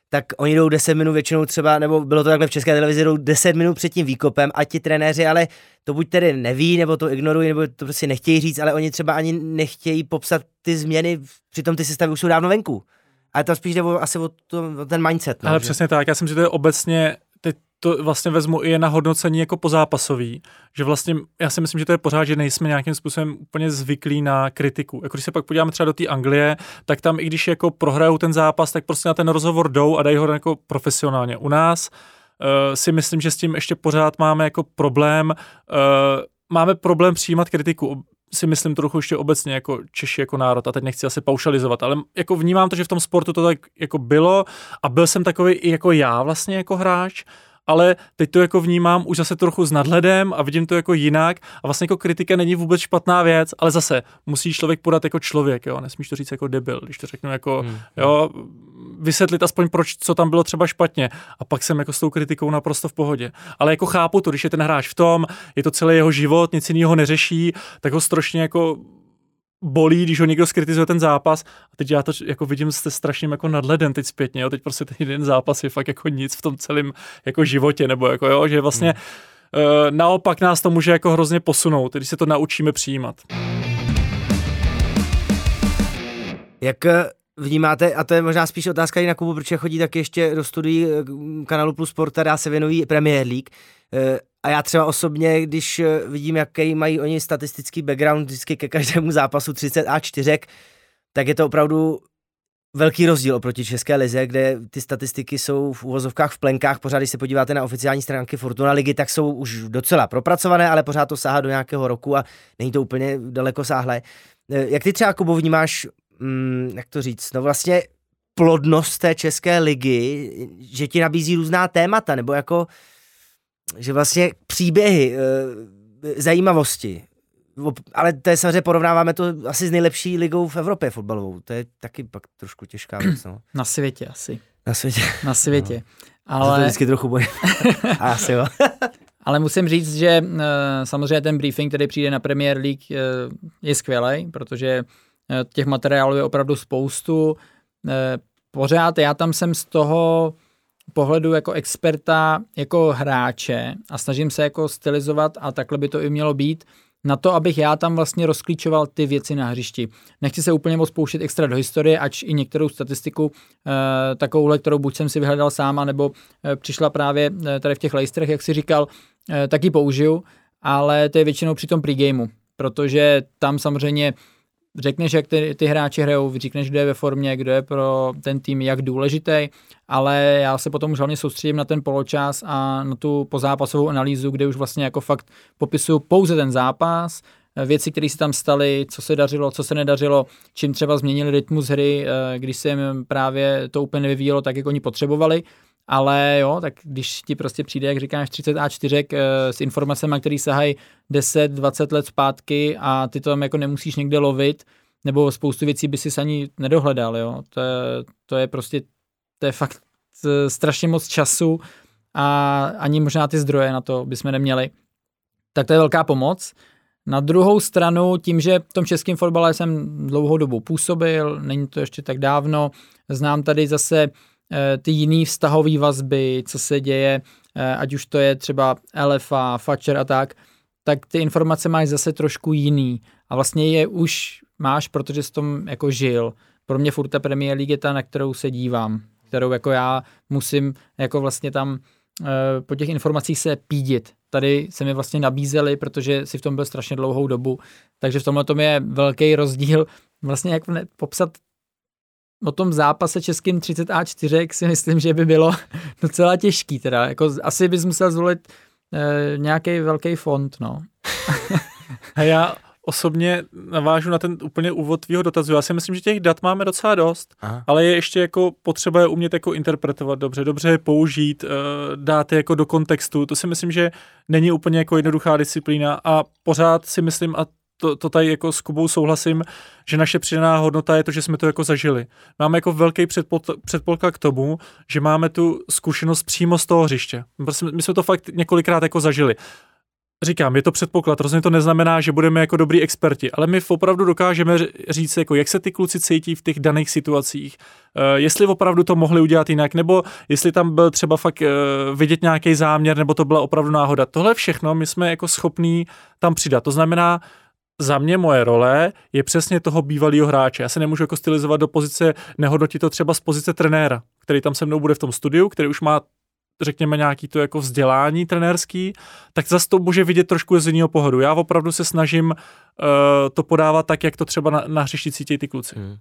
tak oni jdou deset minut většinou třeba, nebo bylo to takhle v České televizi, jdou deset minut před tím výkopem a ti trenéři ale to buď tedy neví, nebo to ignorují, nebo to prostě nechtějí říct, ale oni třeba ani nechtějí popsat ty změny, přitom ty sestavy už jsou dávno venku. Ale to spíš jde o, asi o, to, o ten mindset. No, ale že? Přesně tak, já jsem si to je obecně, teď to vlastně vezmu i na hodnocení jako pozápasový, že vlastně já si myslím, že to je pořád, že nejsme nějakým způsobem úplně zvyklí na kritiku. Jako když se pak podíváme třeba do té Anglie, tak tam i když jako prohrajou ten zápas, tak prostě na ten rozhovor jdou a dají ho jako profesionálně. U nás uh, si myslím, že s tím ještě pořád máme jako problém, uh, máme problém přijímat kritiku. Si myslím trochu ještě obecně jako Češi jako národ a teď nechci asi paušalizovat, ale jako vnímám to, že v tom sportu to tak jako bylo a byl jsem takový i jako já vlastně jako hráč, ale teď to jako vnímám už zase trochu s nadhledem a vidím to jako jinak a vlastně jako kritika není vůbec špatná věc, ale zase musí člověk podat jako člověk, jo, nesmíš to říct jako debil, když to řeknu jako, hmm. jo, vysvětlit aspoň proč, co tam bylo třeba špatně a pak jsem jako s tou kritikou naprosto v pohodě. Ale jako chápu to, když je ten hráč v tom, je to celý jeho život, nic jiného neřeší, tak ho strašně jako bolí, když ho někdo skritizuje ten zápas. A teď já to jako vidím se strašným jako nadhledem teď zpětně, jo. Teď prostě ten jeden zápas je fakt jako nic v tom celém jako životě, nebo jako jo, že vlastně hmm. uh, naopak nás to může jako hrozně posunout, když se to naučíme přijímat. Jak vnímáte, a to je možná spíš otázka i na Kubu, protože chodí tak ještě do studií kanálu Plus Sport, která se věnují Premier League. A já třeba osobně, když vidím, jaký mají oni statistický background vždycky ke každému zápasu třicet A čtyři, tak je to opravdu velký rozdíl oproti České lize, kde ty statistiky jsou v uvozovkách v plenkách. Pořád, když se podíváte na oficiální stránky Fortuna ligy, tak jsou už docela propracované, ale pořád to sahá do nějakého roku a není to úplně daleko sáhlé. Jak ty třeba, Kubo, vnímáš, hmm, jak to říct, no vlastně plodnost té České ligy, že ti nabízí různá témata, nebo jako že vlastně příběhy, zajímavosti, ale to je samozřejmě, porovnáváme to asi s nejlepší ligou v Evropě fotbalovou, to je taky pak trošku těžká věc. No. Na světě asi. Na světě. Na světě. No. Ale... To vždycky trochu bojím. Asi jo. Ale musím říct, že samozřejmě ten briefing, který přijde na Premier League, je skvělej, protože těch materiálů je opravdu spoustu. Pořád já tam jsem z toho pohledu jako experta, jako hráče a snažím se jako stylizovat a takhle by to i mělo být na to, abych já tam vlastně rozklíčoval ty věci na hřišti. Nechci se úplně moc pouštět extra do historie, ač i některou statistiku e, takovouhle, kterou buď jsem si vyhledal sám, nebo e, přišla právě e, tady v těch Leicesterech, jak si říkal, e, taky použiju, ale to je většinou při tom pregameu, protože tam samozřejmě řekneš, jak ty, ty hráči hrajou, řekneš, kdo je ve formě, kdo je pro ten tým jak důležitý, ale já se potom už hlavně soustředím na ten poločas a na tu pozápasovou analýzu, kde už vlastně jako fakt popisuju pouze ten zápas, věci, které se tam staly, co se dařilo, co se nedařilo, čím třeba změnili rytmus hry, když se jim právě to úplně nevyvíjelo tak, jak oni potřebovali. Ale jo, tak když ti prostě přijde, jak říkáš, třicet A čtyři s informacemi, které sahají deset dvacet let zpátky a ty to tam jako nemusíš někde lovit, nebo spoustu věcí by si ani nedohledal, jo. To je, to je prostě, to je fakt strašně moc času a ani možná ty zdroje na to bychom neměli. Tak to je velká pomoc. Na druhou stranu, tím, že v tom českém fotbale jsem dlouhou dobu působil, není to ještě tak dávno, znám tady zase ty jiný vztahový vazby, co se děje, ať už to je třeba L F A, Fatcher a tak, tak ty informace máš zase trošku jiný a vlastně je už máš, protože jsi tom jako žil. Pro mě furt ta Premier League je ta, na kterou se dívám, kterou jako já musím jako vlastně tam po těch informacích se pídit. Tady se mi vlastně nabízeli, protože si v tom byl strašně dlouhou dobu, takže v tomhle tom je velký rozdíl. Vlastně jak popsat o tom zápase českým třicet A čtyři si myslím, že by bylo docela těžký. Teda. Jako, asi bys musel zvolit e, nějaký velký fond. No. A já osobně navážu na ten úplně úvod tvýho dotazu. Já si myslím, že těch dat máme docela dost, Aha. ale je ještě jako potřeba je umět jako interpretovat dobře, dobře je použít, dát je jako do kontextu. To si myslím, že není úplně jako jednoduchá disciplína a pořád si myslím, a To, to tady jako s Kubou souhlasím, že naše přidaná hodnota je to, že jsme to jako zažili. Máme jako velký předpoklad k tomu, že máme tu zkušenost přímo z toho hřiště. My jsme to fakt několikrát jako zažili. říkám, je to předpoklad, rozhodně to neznamená, že budeme jako dobrý experti, ale my opravdu dokážeme říct, jako jak se ty kluci cítí v těch daných situacích, uh, jestli opravdu to mohli udělat jinak, nebo jestli tam byl třeba fakt uh, vidět nějaký záměr, nebo to byla opravdu náhoda. Tohle všechno my jsme jako schopní tam přidat. To znamená, za mě moje role je přesně toho bývalého hráče. Já se nemůžu jako stylizovat do pozice, nehodnotit to třeba z pozice trenéra, který tam se mnou bude v tom studiu, který už má, řekněme, nějaký to jako vzdělání trenérský, tak zase to může vidět trošku z jiného pohledu. Já opravdu se snažím uh, to podávat tak, jak to třeba na, na hřišti cítí ty kluci. Hmm.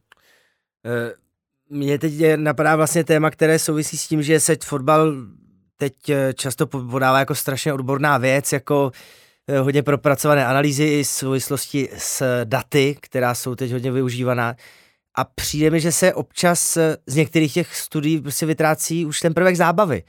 Mně teď napadá vlastně téma, které souvisí s tím, že se fotbal teď často podává jako strašně odborná věc, jako hodně propracované analýzy i v souvislosti s daty, která jsou teď hodně využívaná. A přijde mi, že se občas z některých těch studií prostě vytrácí už ten prvek zábavy.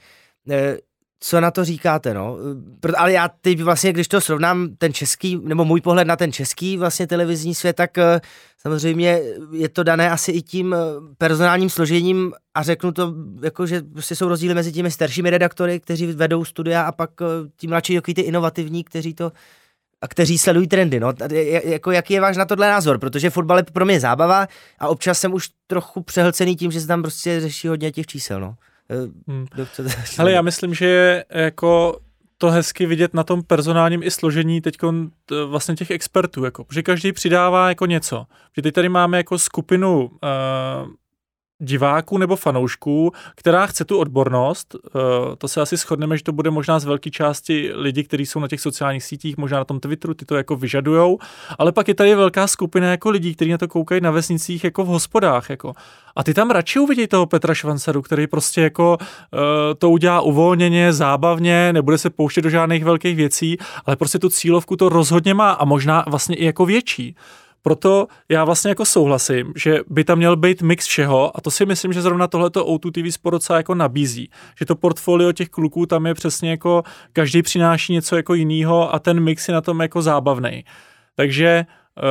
Co na to říkáte, no? Ale já teď vlastně, když to srovnám ten český, nebo můj pohled na ten český vlastně televizní svět, tak samozřejmě je to dané asi i tím personálním složením a řeknu to, jako, že prostě jsou rozdíly mezi těmi staršími redaktory, kteří vedou studia a pak ti mladší, takový ty inovativní, kteří to a kteří sledují trendy, no. Jako, jaký je váš na tohle názor? Protože fotbal je pro mě zábava a občas jsem už trochu přehlcený tím, že se tam prostě řeší hodně těch čísel, no. Hmm. Ale já myslím, že je jako to hezky vidět na tom personálním i složení teď vlastně těch expertů, jako, že každý přidává jako něco. Že teď tady máme jako skupinu uh, diváků nebo fanoušků, která chce tu odbornost, uh, to se asi shodneme, že to bude možná z velké části lidí, kteří jsou na těch sociálních sítích, možná na tom Twitteru, ty to jako vyžadujou, ale pak je tady velká skupina jako lidí, kteří na to koukají na vesnicích jako v hospodách, jako. A ty tam radši uvidí toho Petra Švancaru, který prostě jako uh, to udělá uvolněně, zábavně, nebude se pouštět do žádných velkých věcí, ale prostě tu cílovku to rozhodně má a možná vlastně i jako větší. Proto já vlastně jako souhlasím, že by tam měl být mix všeho a to si myslím, že zrovna tohleto O dva T V Sport docela jako nabízí. Že to portfolio těch kluků tam je přesně jako, každý přináší něco jako jinýho a ten mix je na tom jako zábavnej. Takže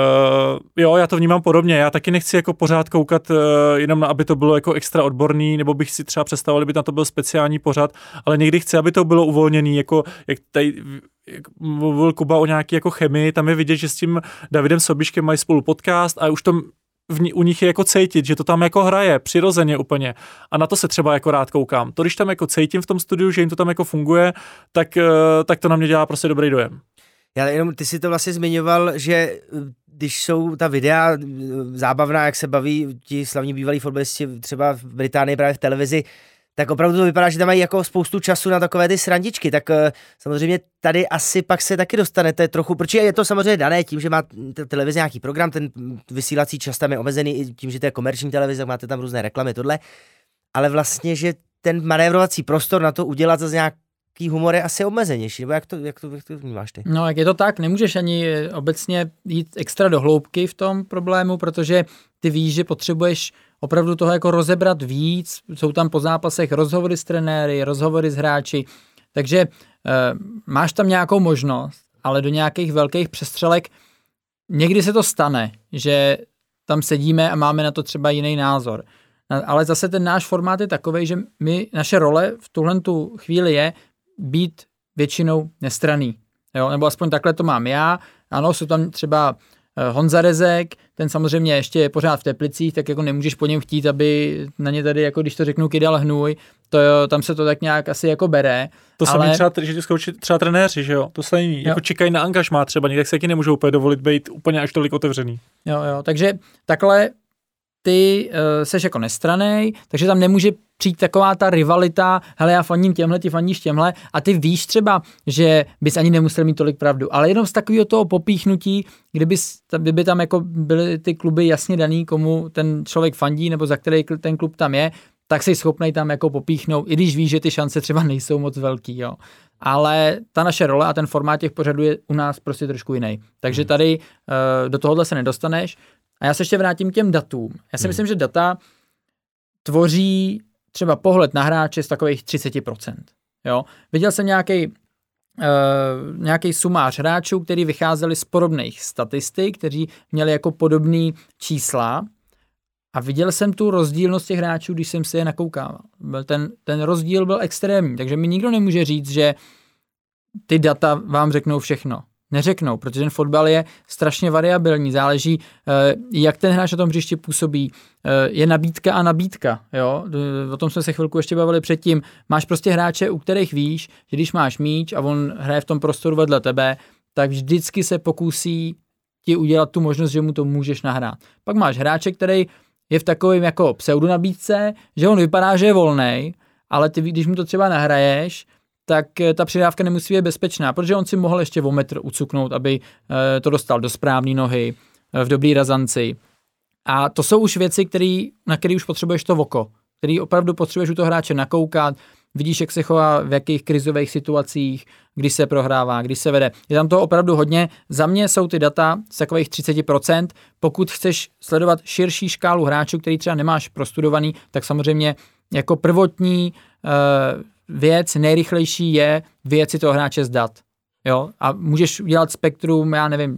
Uh, jo, já to vnímám podobně, já taky nechci jako pořád koukat uh, jenom na, aby to bylo jako extra odborný, nebo bych si třeba představoval, aby na to byl speciální pořad, ale někdy chci, aby to bylo uvolněný, jako jak tady jak mluvil Kuba o nějaký jako chemii, tam je vidět, že s tím Davidem Sobiškem mají spolu podcast a už to v, u nich je jako cítit, že to tam jako hraje, přirozeně úplně a na to se třeba jako rád koukám. To, když tam jako cítím v tom studiu, že jim to tam jako funguje, tak, uh, tak to na mě dělá prostě dobrý dojem. Já jenom, ty si to vlastně zmiňoval, že když jsou ta videa zábavná, jak se baví ti slavní bývalí fotbalisti třeba v Británii právě v televizi, tak opravdu to vypadá, že tam mají jako spoustu času na takové ty srandičky, tak samozřejmě tady asi pak se taky dostanete trochu, protože je to samozřejmě dané tím, že má televize nějaký program, ten vysílací čas tam je omezený i tím, že to je komerční televize, máte tam různé reklamy, tohle, ale vlastně, že ten manévrovací prostor na to udělat zase nějak humor je asi omezenější, nebo jak to, jak to, jak to vnímáš ty? No, jak je to tak, nemůžeš ani obecně jít extra do hloubky v tom problému, protože ty víš, že potřebuješ opravdu toho jako rozebrat víc, jsou tam po zápasech rozhovory s trenéry, rozhovory s hráči, takže e, máš tam nějakou možnost, ale do nějakých velkých přestřelek někdy se to stane, že tam sedíme a máme na to třeba jiný názor. Ale zase ten náš formát je takovej, že my, naše role v tuhle tu chvíli je být většinou nestranný. Jo? Nebo aspoň takhle to mám já. Ano, jsou tam třeba Honza Rezek, ten samozřejmě ještě je pořád v Teplicích, tak jako nemůžeš po něm chtít, aby na ně tady, jako když to řeknu, kydal hnůj, to jo, tam se to tak nějak asi jako bere. To ale... se mi třeba, že zkouší třeba trenéři, že jo, to stejný, jako čekají na angažmá třeba, někde se taky nemůžou úplně dovolit být úplně až tolik otevřený. Jo, jo, takže takhle ty uh, seš jako nestranej, takže tam nemůže přijít taková ta rivalita, hele, já faním těmhle, ty faníš těmhle a ty víš třeba, že bys ani nemusel mít tolik pravdu, ale jenom z takového toho popíchnutí, kdyby, kdyby tam jako byly ty kluby jasně daný, komu ten člověk fandí nebo za který ten klub tam je, tak jsi schopnej tam jako popíchnout, i když víš, že ty šance třeba nejsou moc velký, jo. Ale ta naše role a ten formát těch pořadů je u nás prostě trošku jiný. Takže tady uh, do tohohle se nedostaneš. A já se ještě vrátím k těm datům. Já si hmm. myslím, že data tvoří třeba pohled na hráče z takových třicet procent. Jo? Viděl jsem nějaký uh, nějaký sumář hráčů, který vycházeli z podobných statistik, kteří měli jako podobný čísla a viděl jsem tu rozdílnost těch hráčů, když jsem si je nakoukával. Ten, ten rozdíl byl extrémní, takže mi nikdo nemůže říct, že ty data vám řeknou všechno. Neřeknou, protože ten fotbal je strašně variabilní, záleží, jak ten hráč na tom hřišti působí, je nabídka a nabídka, jo, o tom jsme se chvilku ještě bavili předtím, máš prostě hráče, u kterých víš, že když máš míč a on hraje v tom prostoru vedle tebe, tak vždycky se pokusí ti udělat tu možnost, že mu to můžeš nahrát. Pak máš hráče, který je v takovém jako pseudonabídce, že on vypadá, že je volnej, ale ty, když mu to třeba nahraješ, tak ta přidávka nemusí být bezpečná, protože on si mohl ještě o metr ucuknout, aby to dostal do správné nohy, v dobrý razanci. A to jsou už věci, který, na které už potřebuješ to oko, který opravdu potřebuješ u toho hráče nakoukat, vidíš, jak se chová, v jakých krizových situacích, kdy se prohrává, kdy se vede. Je tam toho opravdu hodně. Za mě jsou ty data z takových třicet procent. Pokud chceš sledovat širší škálu hráčů, který třeba nemáš prostudovaný, tak samozřejmě jako prvotní uh, věc nejrychlejší je vyjet si toho hráče z dat. Jo? A můžeš udělat spektrum, já nevím,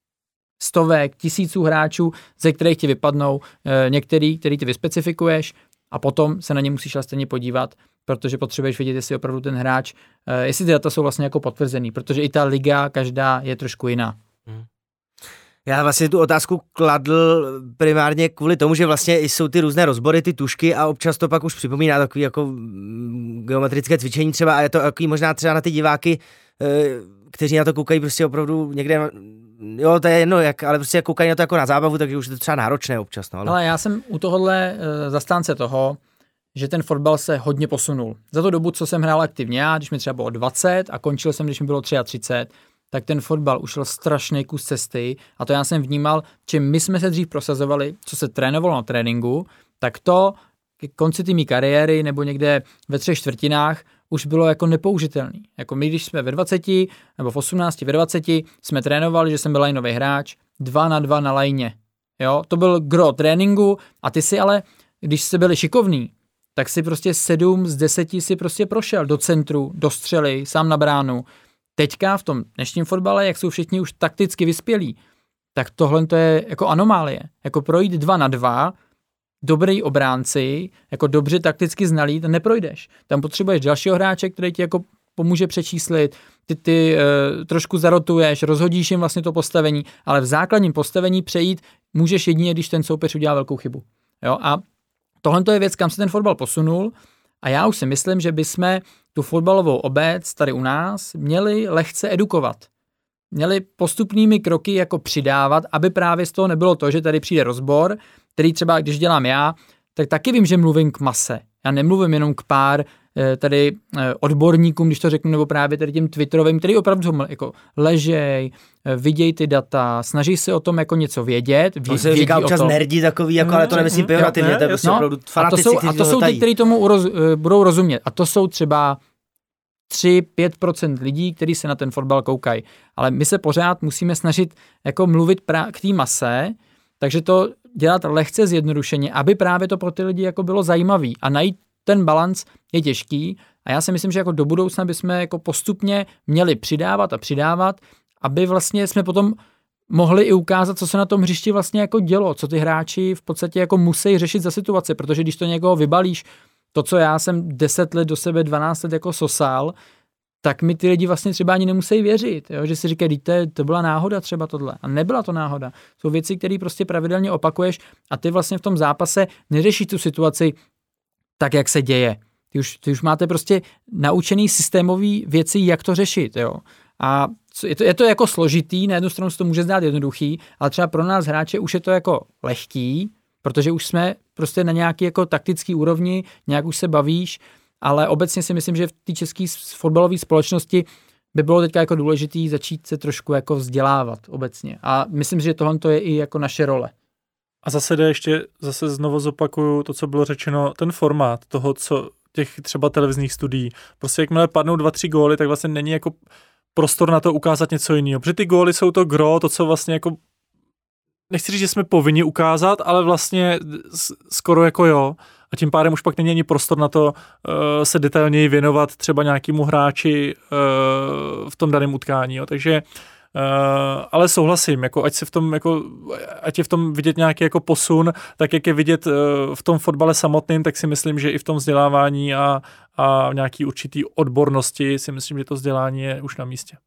stovek, tisíců hráčů, ze kterých ti vypadnou e, některý, který ty vyspecifikuješ a potom se na ně musíš stejně podívat, protože potřebuješ vědět, jestli opravdu ten hráč, e, jestli ty data jsou vlastně jako potvrzený, protože i ta liga každá je trošku jiná. Hmm. Já vlastně tu otázku kladl primárně kvůli tomu, že vlastně jsou ty různé rozbory, ty tušky a občas to pak už připomíná takový jako geometrické cvičení třeba a je to takový možná třeba na ty diváky, kteří na to koukají prostě opravdu někde, jo, to je jedno, jak, ale prostě koukají na to jako na zábavu, takže už je to třeba náročné občas. No, ale... ale já jsem u tohohle uh, zastánce toho, že ten fotbal se hodně posunul. Za tu dobu, co jsem hrál aktivně já, když mi třeba bylo dvacet a končil jsem, když mi bylo třicet tři, tak ten fotbal ušel strašný kus cesty a to já jsem vnímal, že my jsme se dřív prosazovali, co se trénovalo na tréninku, tak to k konci té mý kariéry nebo někde ve třech čtvrtinách už bylo jako nepoužitelný. Jako my, když jsme ve dvaceti nebo v osmnácti, ve dvaceti jsme trénovali, že jsem byl lineový hráč, dva na dva na lajně. Jo, to byl gro tréninku a ty si ale, když jste byli šikovný, tak si prostě sedm z deseti si prostě prošel do centru, do střely, sám na bránu. Teďka v tom dnešním fotbale, jak jsou všichni už takticky vyspělí, tak tohle to je jako anomálie. Jako projít dva na dva, dobrý obránci, jako dobře takticky znalý, to neprojdeš. Tam potřebuješ dalšího hráče, který ti jako pomůže přečíslit, ty, ty uh, trošku zarotuješ, rozhodíš jim vlastně to postavení, ale v základním postavení přejít můžeš jedině, když ten soupeř udělá velkou chybu. Jo? A tohle je věc, kam se ten fotbal posunul a já už si myslím, že bychom tu fotbalovou obec tady u nás měli lehce edukovat. Měli postupnými kroky jako přidávat, aby právě z toho nebylo to, že tady přijde rozbor, který třeba, když dělám já, tak taky vím, že mluvím k mase. Já nemluvím jenom k pár tady odborníkům, když to řeknu, nebo právě tady těm Twitterovým, který opravdu jako ležej, vidějí ty data, snaží se o tom jako něco vědět. Vě, on se říká občas nerdi takový, jako, ale to nemyslím pejorativně, to je prostě opravdu fanatici, a to jsou ty, kteří tomu roz, budou rozumět. A to jsou třeba tři až pět procent lidí, kteří se na ten fotbal koukají. Ale my se pořád musíme snažit jako mluvit pra- k té mase, takže to dělat lehce zjednodušeně, aby právě to pro ty lidi jako bylo zajímavý a najít ten balanc je těžký a já si myslím, že jako do budoucna bychom jako postupně měli přidávat a přidávat, aby vlastně jsme potom mohli i ukázat, co se na tom hřišti vlastně jako dělo, co ty hráči v podstatě jako musí řešit za situace, protože když to někoho vybalíš, to, co já jsem deset let do sebe, dvanáct let jako sosal, tak mi ty lidi vlastně třeba ani nemusí věřit, jo? Že si říkají, to, to byla náhoda třeba tohle. A nebyla to náhoda. Jsou věci, které prostě pravidelně opakuješ a ty vlastně v tom zápase neřešíš tu situaci tak, jak se děje. Ty už, ty už máte prostě naučený systémový věci, jak to řešit. Jo? A je to, je to jako složitý, na jednu stranu se to může zdát jednoduchý, ale třeba pro nás hráče už je to jako lehký, protože už jsme prostě na nějaký jako taktický úrovni, nějak už se bavíš, ale obecně si myslím, že v té české fotbalové společnosti by bylo teďka jako důležitý začít se trošku jako vzdělávat obecně. A myslím, že tohle je i jako naše role. A zase jde ještě, zase znovu zopakuju to, co bylo řečeno, ten formát toho, co těch třeba televizních studií. Prostě jakmile padnou dva, tři góly, tak vlastně není jako prostor na to ukázat něco jiného. Protože ty góly jsou to gro, to, co vlastně jako, nechci říct, že jsme povinni ukázat, ale vlastně skoro jako jo. A tím pádem už pak není ani prostor na to uh, se detailněji věnovat třeba nějakému hráči uh, v tom daném utkání. Jo. Takže ale souhlasím, jako ať se v tom, jako, ať je v tom vidět nějaký jako posun, tak jak je vidět uh, v tom fotbale samotným, tak si myslím, že i v tom vzdělávání a, a nějaký určitý odbornosti si myslím, že to vzdělání je už na místě.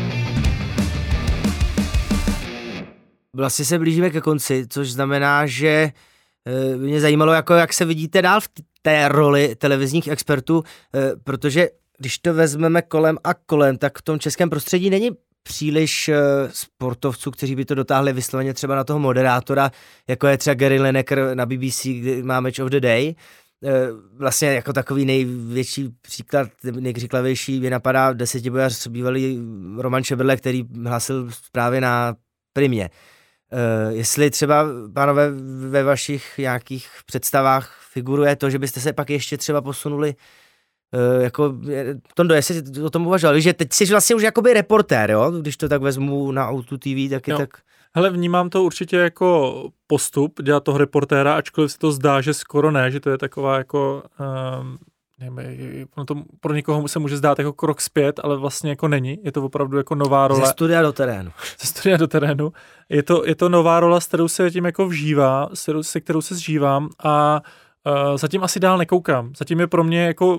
Vlastně se blížíme ke konci, což znamená, že mě zajímalo, jako jak se vidíte dál v té roli televizních expertů, protože když to vezmeme kolem a kolem, tak v tom českém prostředí není příliš sportovců, kteří by to dotáhli vysloveně třeba na toho moderátora, jako je třeba Gary Lineker na B B C, kde má Match of the Day. Vlastně jako takový největší příklad, nejkřiklavější mě napadá desetibojař bývalý Roman Šeberle, který hlasil právě na Primě. Uh, jestli třeba, pánové, ve vašich nějakých představách figuruje to, že byste se pak ještě třeba posunuli uh, jako, Tondo, jestli o tom uvažoval, že teď jsi vlastně už jakoby reportér, jo? Když to tak vezmu na O dva T V, tak je jo. tak... Hele, vnímám to určitě jako postup dělat toho reportéra, ačkoliv se to zdá, že skoro ne, že to je taková jako... Um, nevím, to pro někoho se může zdát jako krok zpět, ale vlastně jako není. Je to opravdu jako nová role. Ze studia do terénu. Ze studia do terénu. Je to, je to nová rola, s kterou se tím jako vžívá, se kterou se zžívám a uh, zatím asi dál nekoukám. Zatím je pro mě jako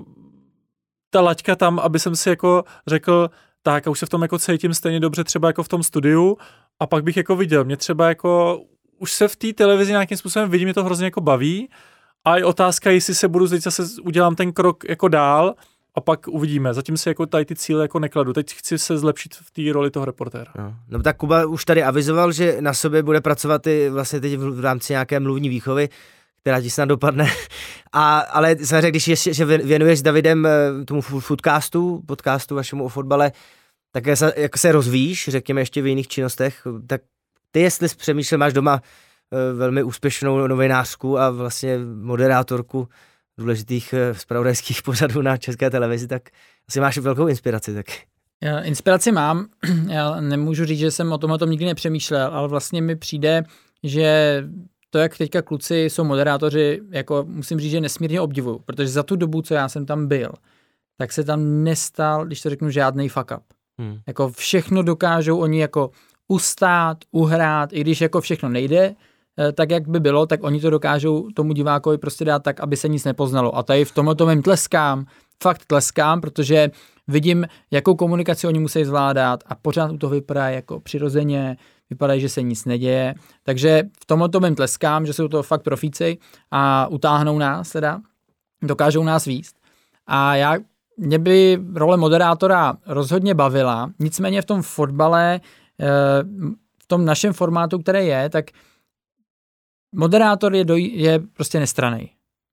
ta laťka tam, aby jsem si jako řekl, tak a už se v tom jako cítím stejně dobře třeba jako v tom studiu a pak bych jako viděl. Mě třeba jako už se v té televizi nějakým způsobem vidím, mě to hrozně jako baví. A je otázka, jestli se budu teď zase udělám ten krok jako dál a pak uvidíme. Zatím si jako tady ty cíle jako nekladu. Teď chci se zlepšit v té roli toho reportéra. No. no tak Kuba už tady avizoval, že na sobě bude pracovat i vlastně teď v rámci nějaké mluvní výchovy, která ti snad dopadne. A, ale samozřejmě, když ještě že věnuješ s Davidem tomu foodcastu, podcastu vašemu o fotbale, tak se, jak se rozvíjíš, řekněme ještě v jiných činnostech, tak ty jestli jsi přemýšlel, máš doma velmi úspěšnou novinářku a vlastně moderátorku důležitých zpravodajských pořadů na České televizi, tak asi máš velkou inspiraci. Tak. Já inspiraci mám, já nemůžu říct, že jsem o tomhle tom nikdy nepřemýšlel, ale vlastně mi přijde, že to, jak teďka kluci jsou moderátoři, jako musím říct, že nesmírně obdivuju, protože za tu dobu, co já jsem tam byl, tak se tam nestal, když to řeknu, žádnej fuck up. Hmm. Jako všechno dokážou oni jako ustát, uhrát, i když jako všechno nejde, tak jak by bylo, tak oni to dokážou tomu divákovi prostě dát tak, aby se nic nepoznalo. A tady v tomhle tom jim tleskám, fakt tleskám, protože vidím, jakou komunikaci oni musí zvládat a pořád u toho vypadá jako přirozeně, vypadá, že se nic neděje. Takže v tomhle tom jim tleskám, že jsou to fakt profíci a utáhnou nás teda, dokážou nás víct. A já, mě by role moderátora rozhodně bavila, nicméně v tom fotbale, v tom našem formátu, které je, tak moderátor je, doj, je prostě nestranný.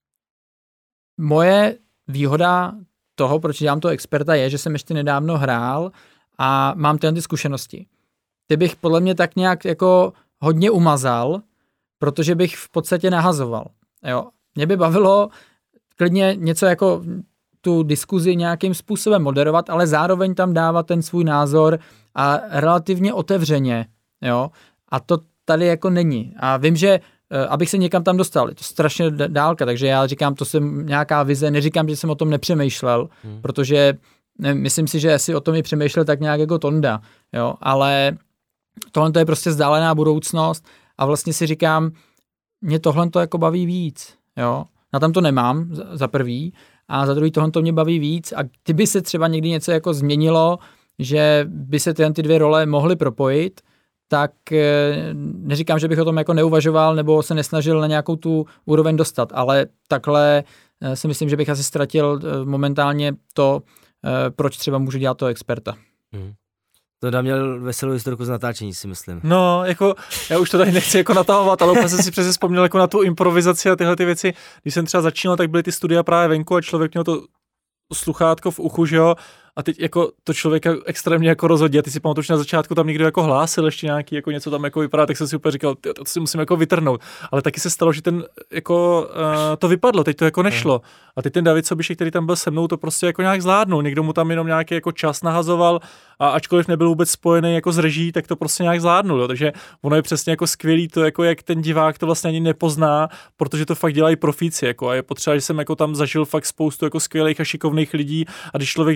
Moje výhoda toho, proč dělám toho experta, je, že jsem ještě nedávno hrál a mám tyhle ty zkušenosti. Ty bych podle mě tak nějak jako hodně umazal, protože bych v podstatě nahazoval. Jo. Mě by bavilo klidně něco jako tu diskuzi nějakým způsobem moderovat, ale zároveň tam dávat ten svůj názor a relativně otevřeně. Jo. A to tady jako není. A vím, že abych se někam tam dostal, je to strašně dálka, takže já říkám, to jsem nějaká vize, neříkám, že jsem o tom nepřemýšlel, hmm. protože ne, myslím si, že si o tom i přemýšlel tak nějak jako Tonda, jo, ale tohle to je prostě vzdálená budoucnost a vlastně si říkám, mě tohle to jako baví víc, jo, na tam to nemám, za, za prvý, a za druhý tohle to mě baví víc a kdyby se třeba někdy něco jako změnilo, že by se ty, ty dvě role mohly propojit, tak neříkám, že bych o tom jako neuvažoval nebo se nesnažil na nějakou tu úroveň dostat, ale takhle si myslím, že bych asi ztratil momentálně to, proč třeba můžu dělat toho experta. Hmm. To dá měl veselou historiku z natáčení, si myslím. No, jako, já už to tady nechci jako natahovat, ale úplně jsem si přesně vzpomněl jako na tu improvizaci a tyhle ty věci. Když jsem třeba začínal, tak byly ty studia právě venku a člověk měl to sluchátko v uchu, že jo, a teď jako to člověka extrémně jako rozhodí. A ty si pamatuju, že na začátku tam někdo jako hlásil ještě nějaký jako něco tam jako vypadá, tak jsem si úplně říkal, to, to si musím jako vytrhnout. Ale taky se stalo, že ten jako uh, to vypadlo, teď to jako nešlo. A teď ten David Sobišek, který tam byl se mnou, to prostě jako nějak zvládnul. Někdo mu tam jenom nějaký jako čas nahazoval a ačkoliv nebyl vůbec spojený jako s reží, tak to prostě nějak zvládnul, jo. Takže ono je přesně jako skvělý to, jako jak ten divák to vlastně ani nepozná, protože to fakt dělají profíci, jako a je potřeba, že jsem jako tam zažil fakt spoustu jako skvělých a šikovných lidí a když člověk vidí trošku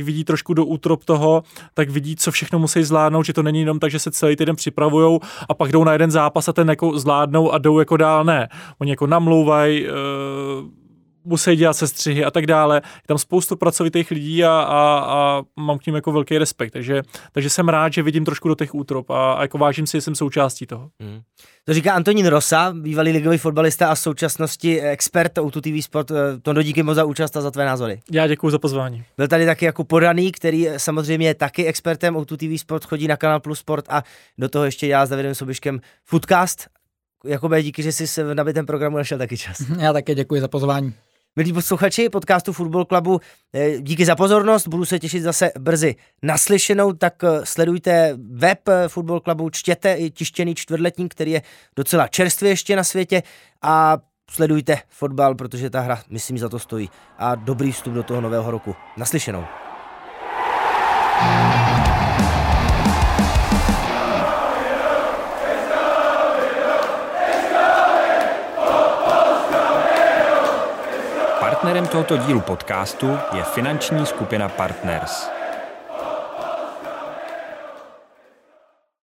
trošku do útrop toho, tak vidí, co všechno musí zvládnout, že to není jenom tak, že se celý týden připravujou a pak jdou na jeden zápas a ten jako zvládnou a jdou jako dál. Ne. Oni jako namlouvají, e, musí dělat sestřihy a tak dále. Je tam spoustu pracovitých lidí a, a, a mám k ním jako velký respekt. Takže, takže jsem rád, že vidím trošku do těch útrop a, a jako vážím si, že jsem součástí toho. Hmm. To říká Antonín Rosa, bývalý ligový fotbalista a v současnosti expert O dva T V Sport. Tondo, díky moc za účast a za tvé názory. Já děkuji za pozvání. Byl tady taky jako podaný, který samozřejmě je taky expertem O dva T V Sport, chodí na Kanál Plus Sport a do toho ještě já s Davidem Sobiškem Footcast. Jakoby díky, že jsi v nabitém programu našel taky čas. Já také děkuji za pozvání. Milí posluchači podcastu Football Clubu, díky za pozornost, budu se těšit zase brzy naslyšenou, tak sledujte web Football Clubu, čtěte i tištěný čtvrtletník, který je docela čerstvě ještě na světě a sledujte fotbal, protože ta hra, myslím, za to stojí a dobrý vstup do toho nového roku. Naslyšenou. Partnerem tohoto dílu podcastu je finanční skupina Partners.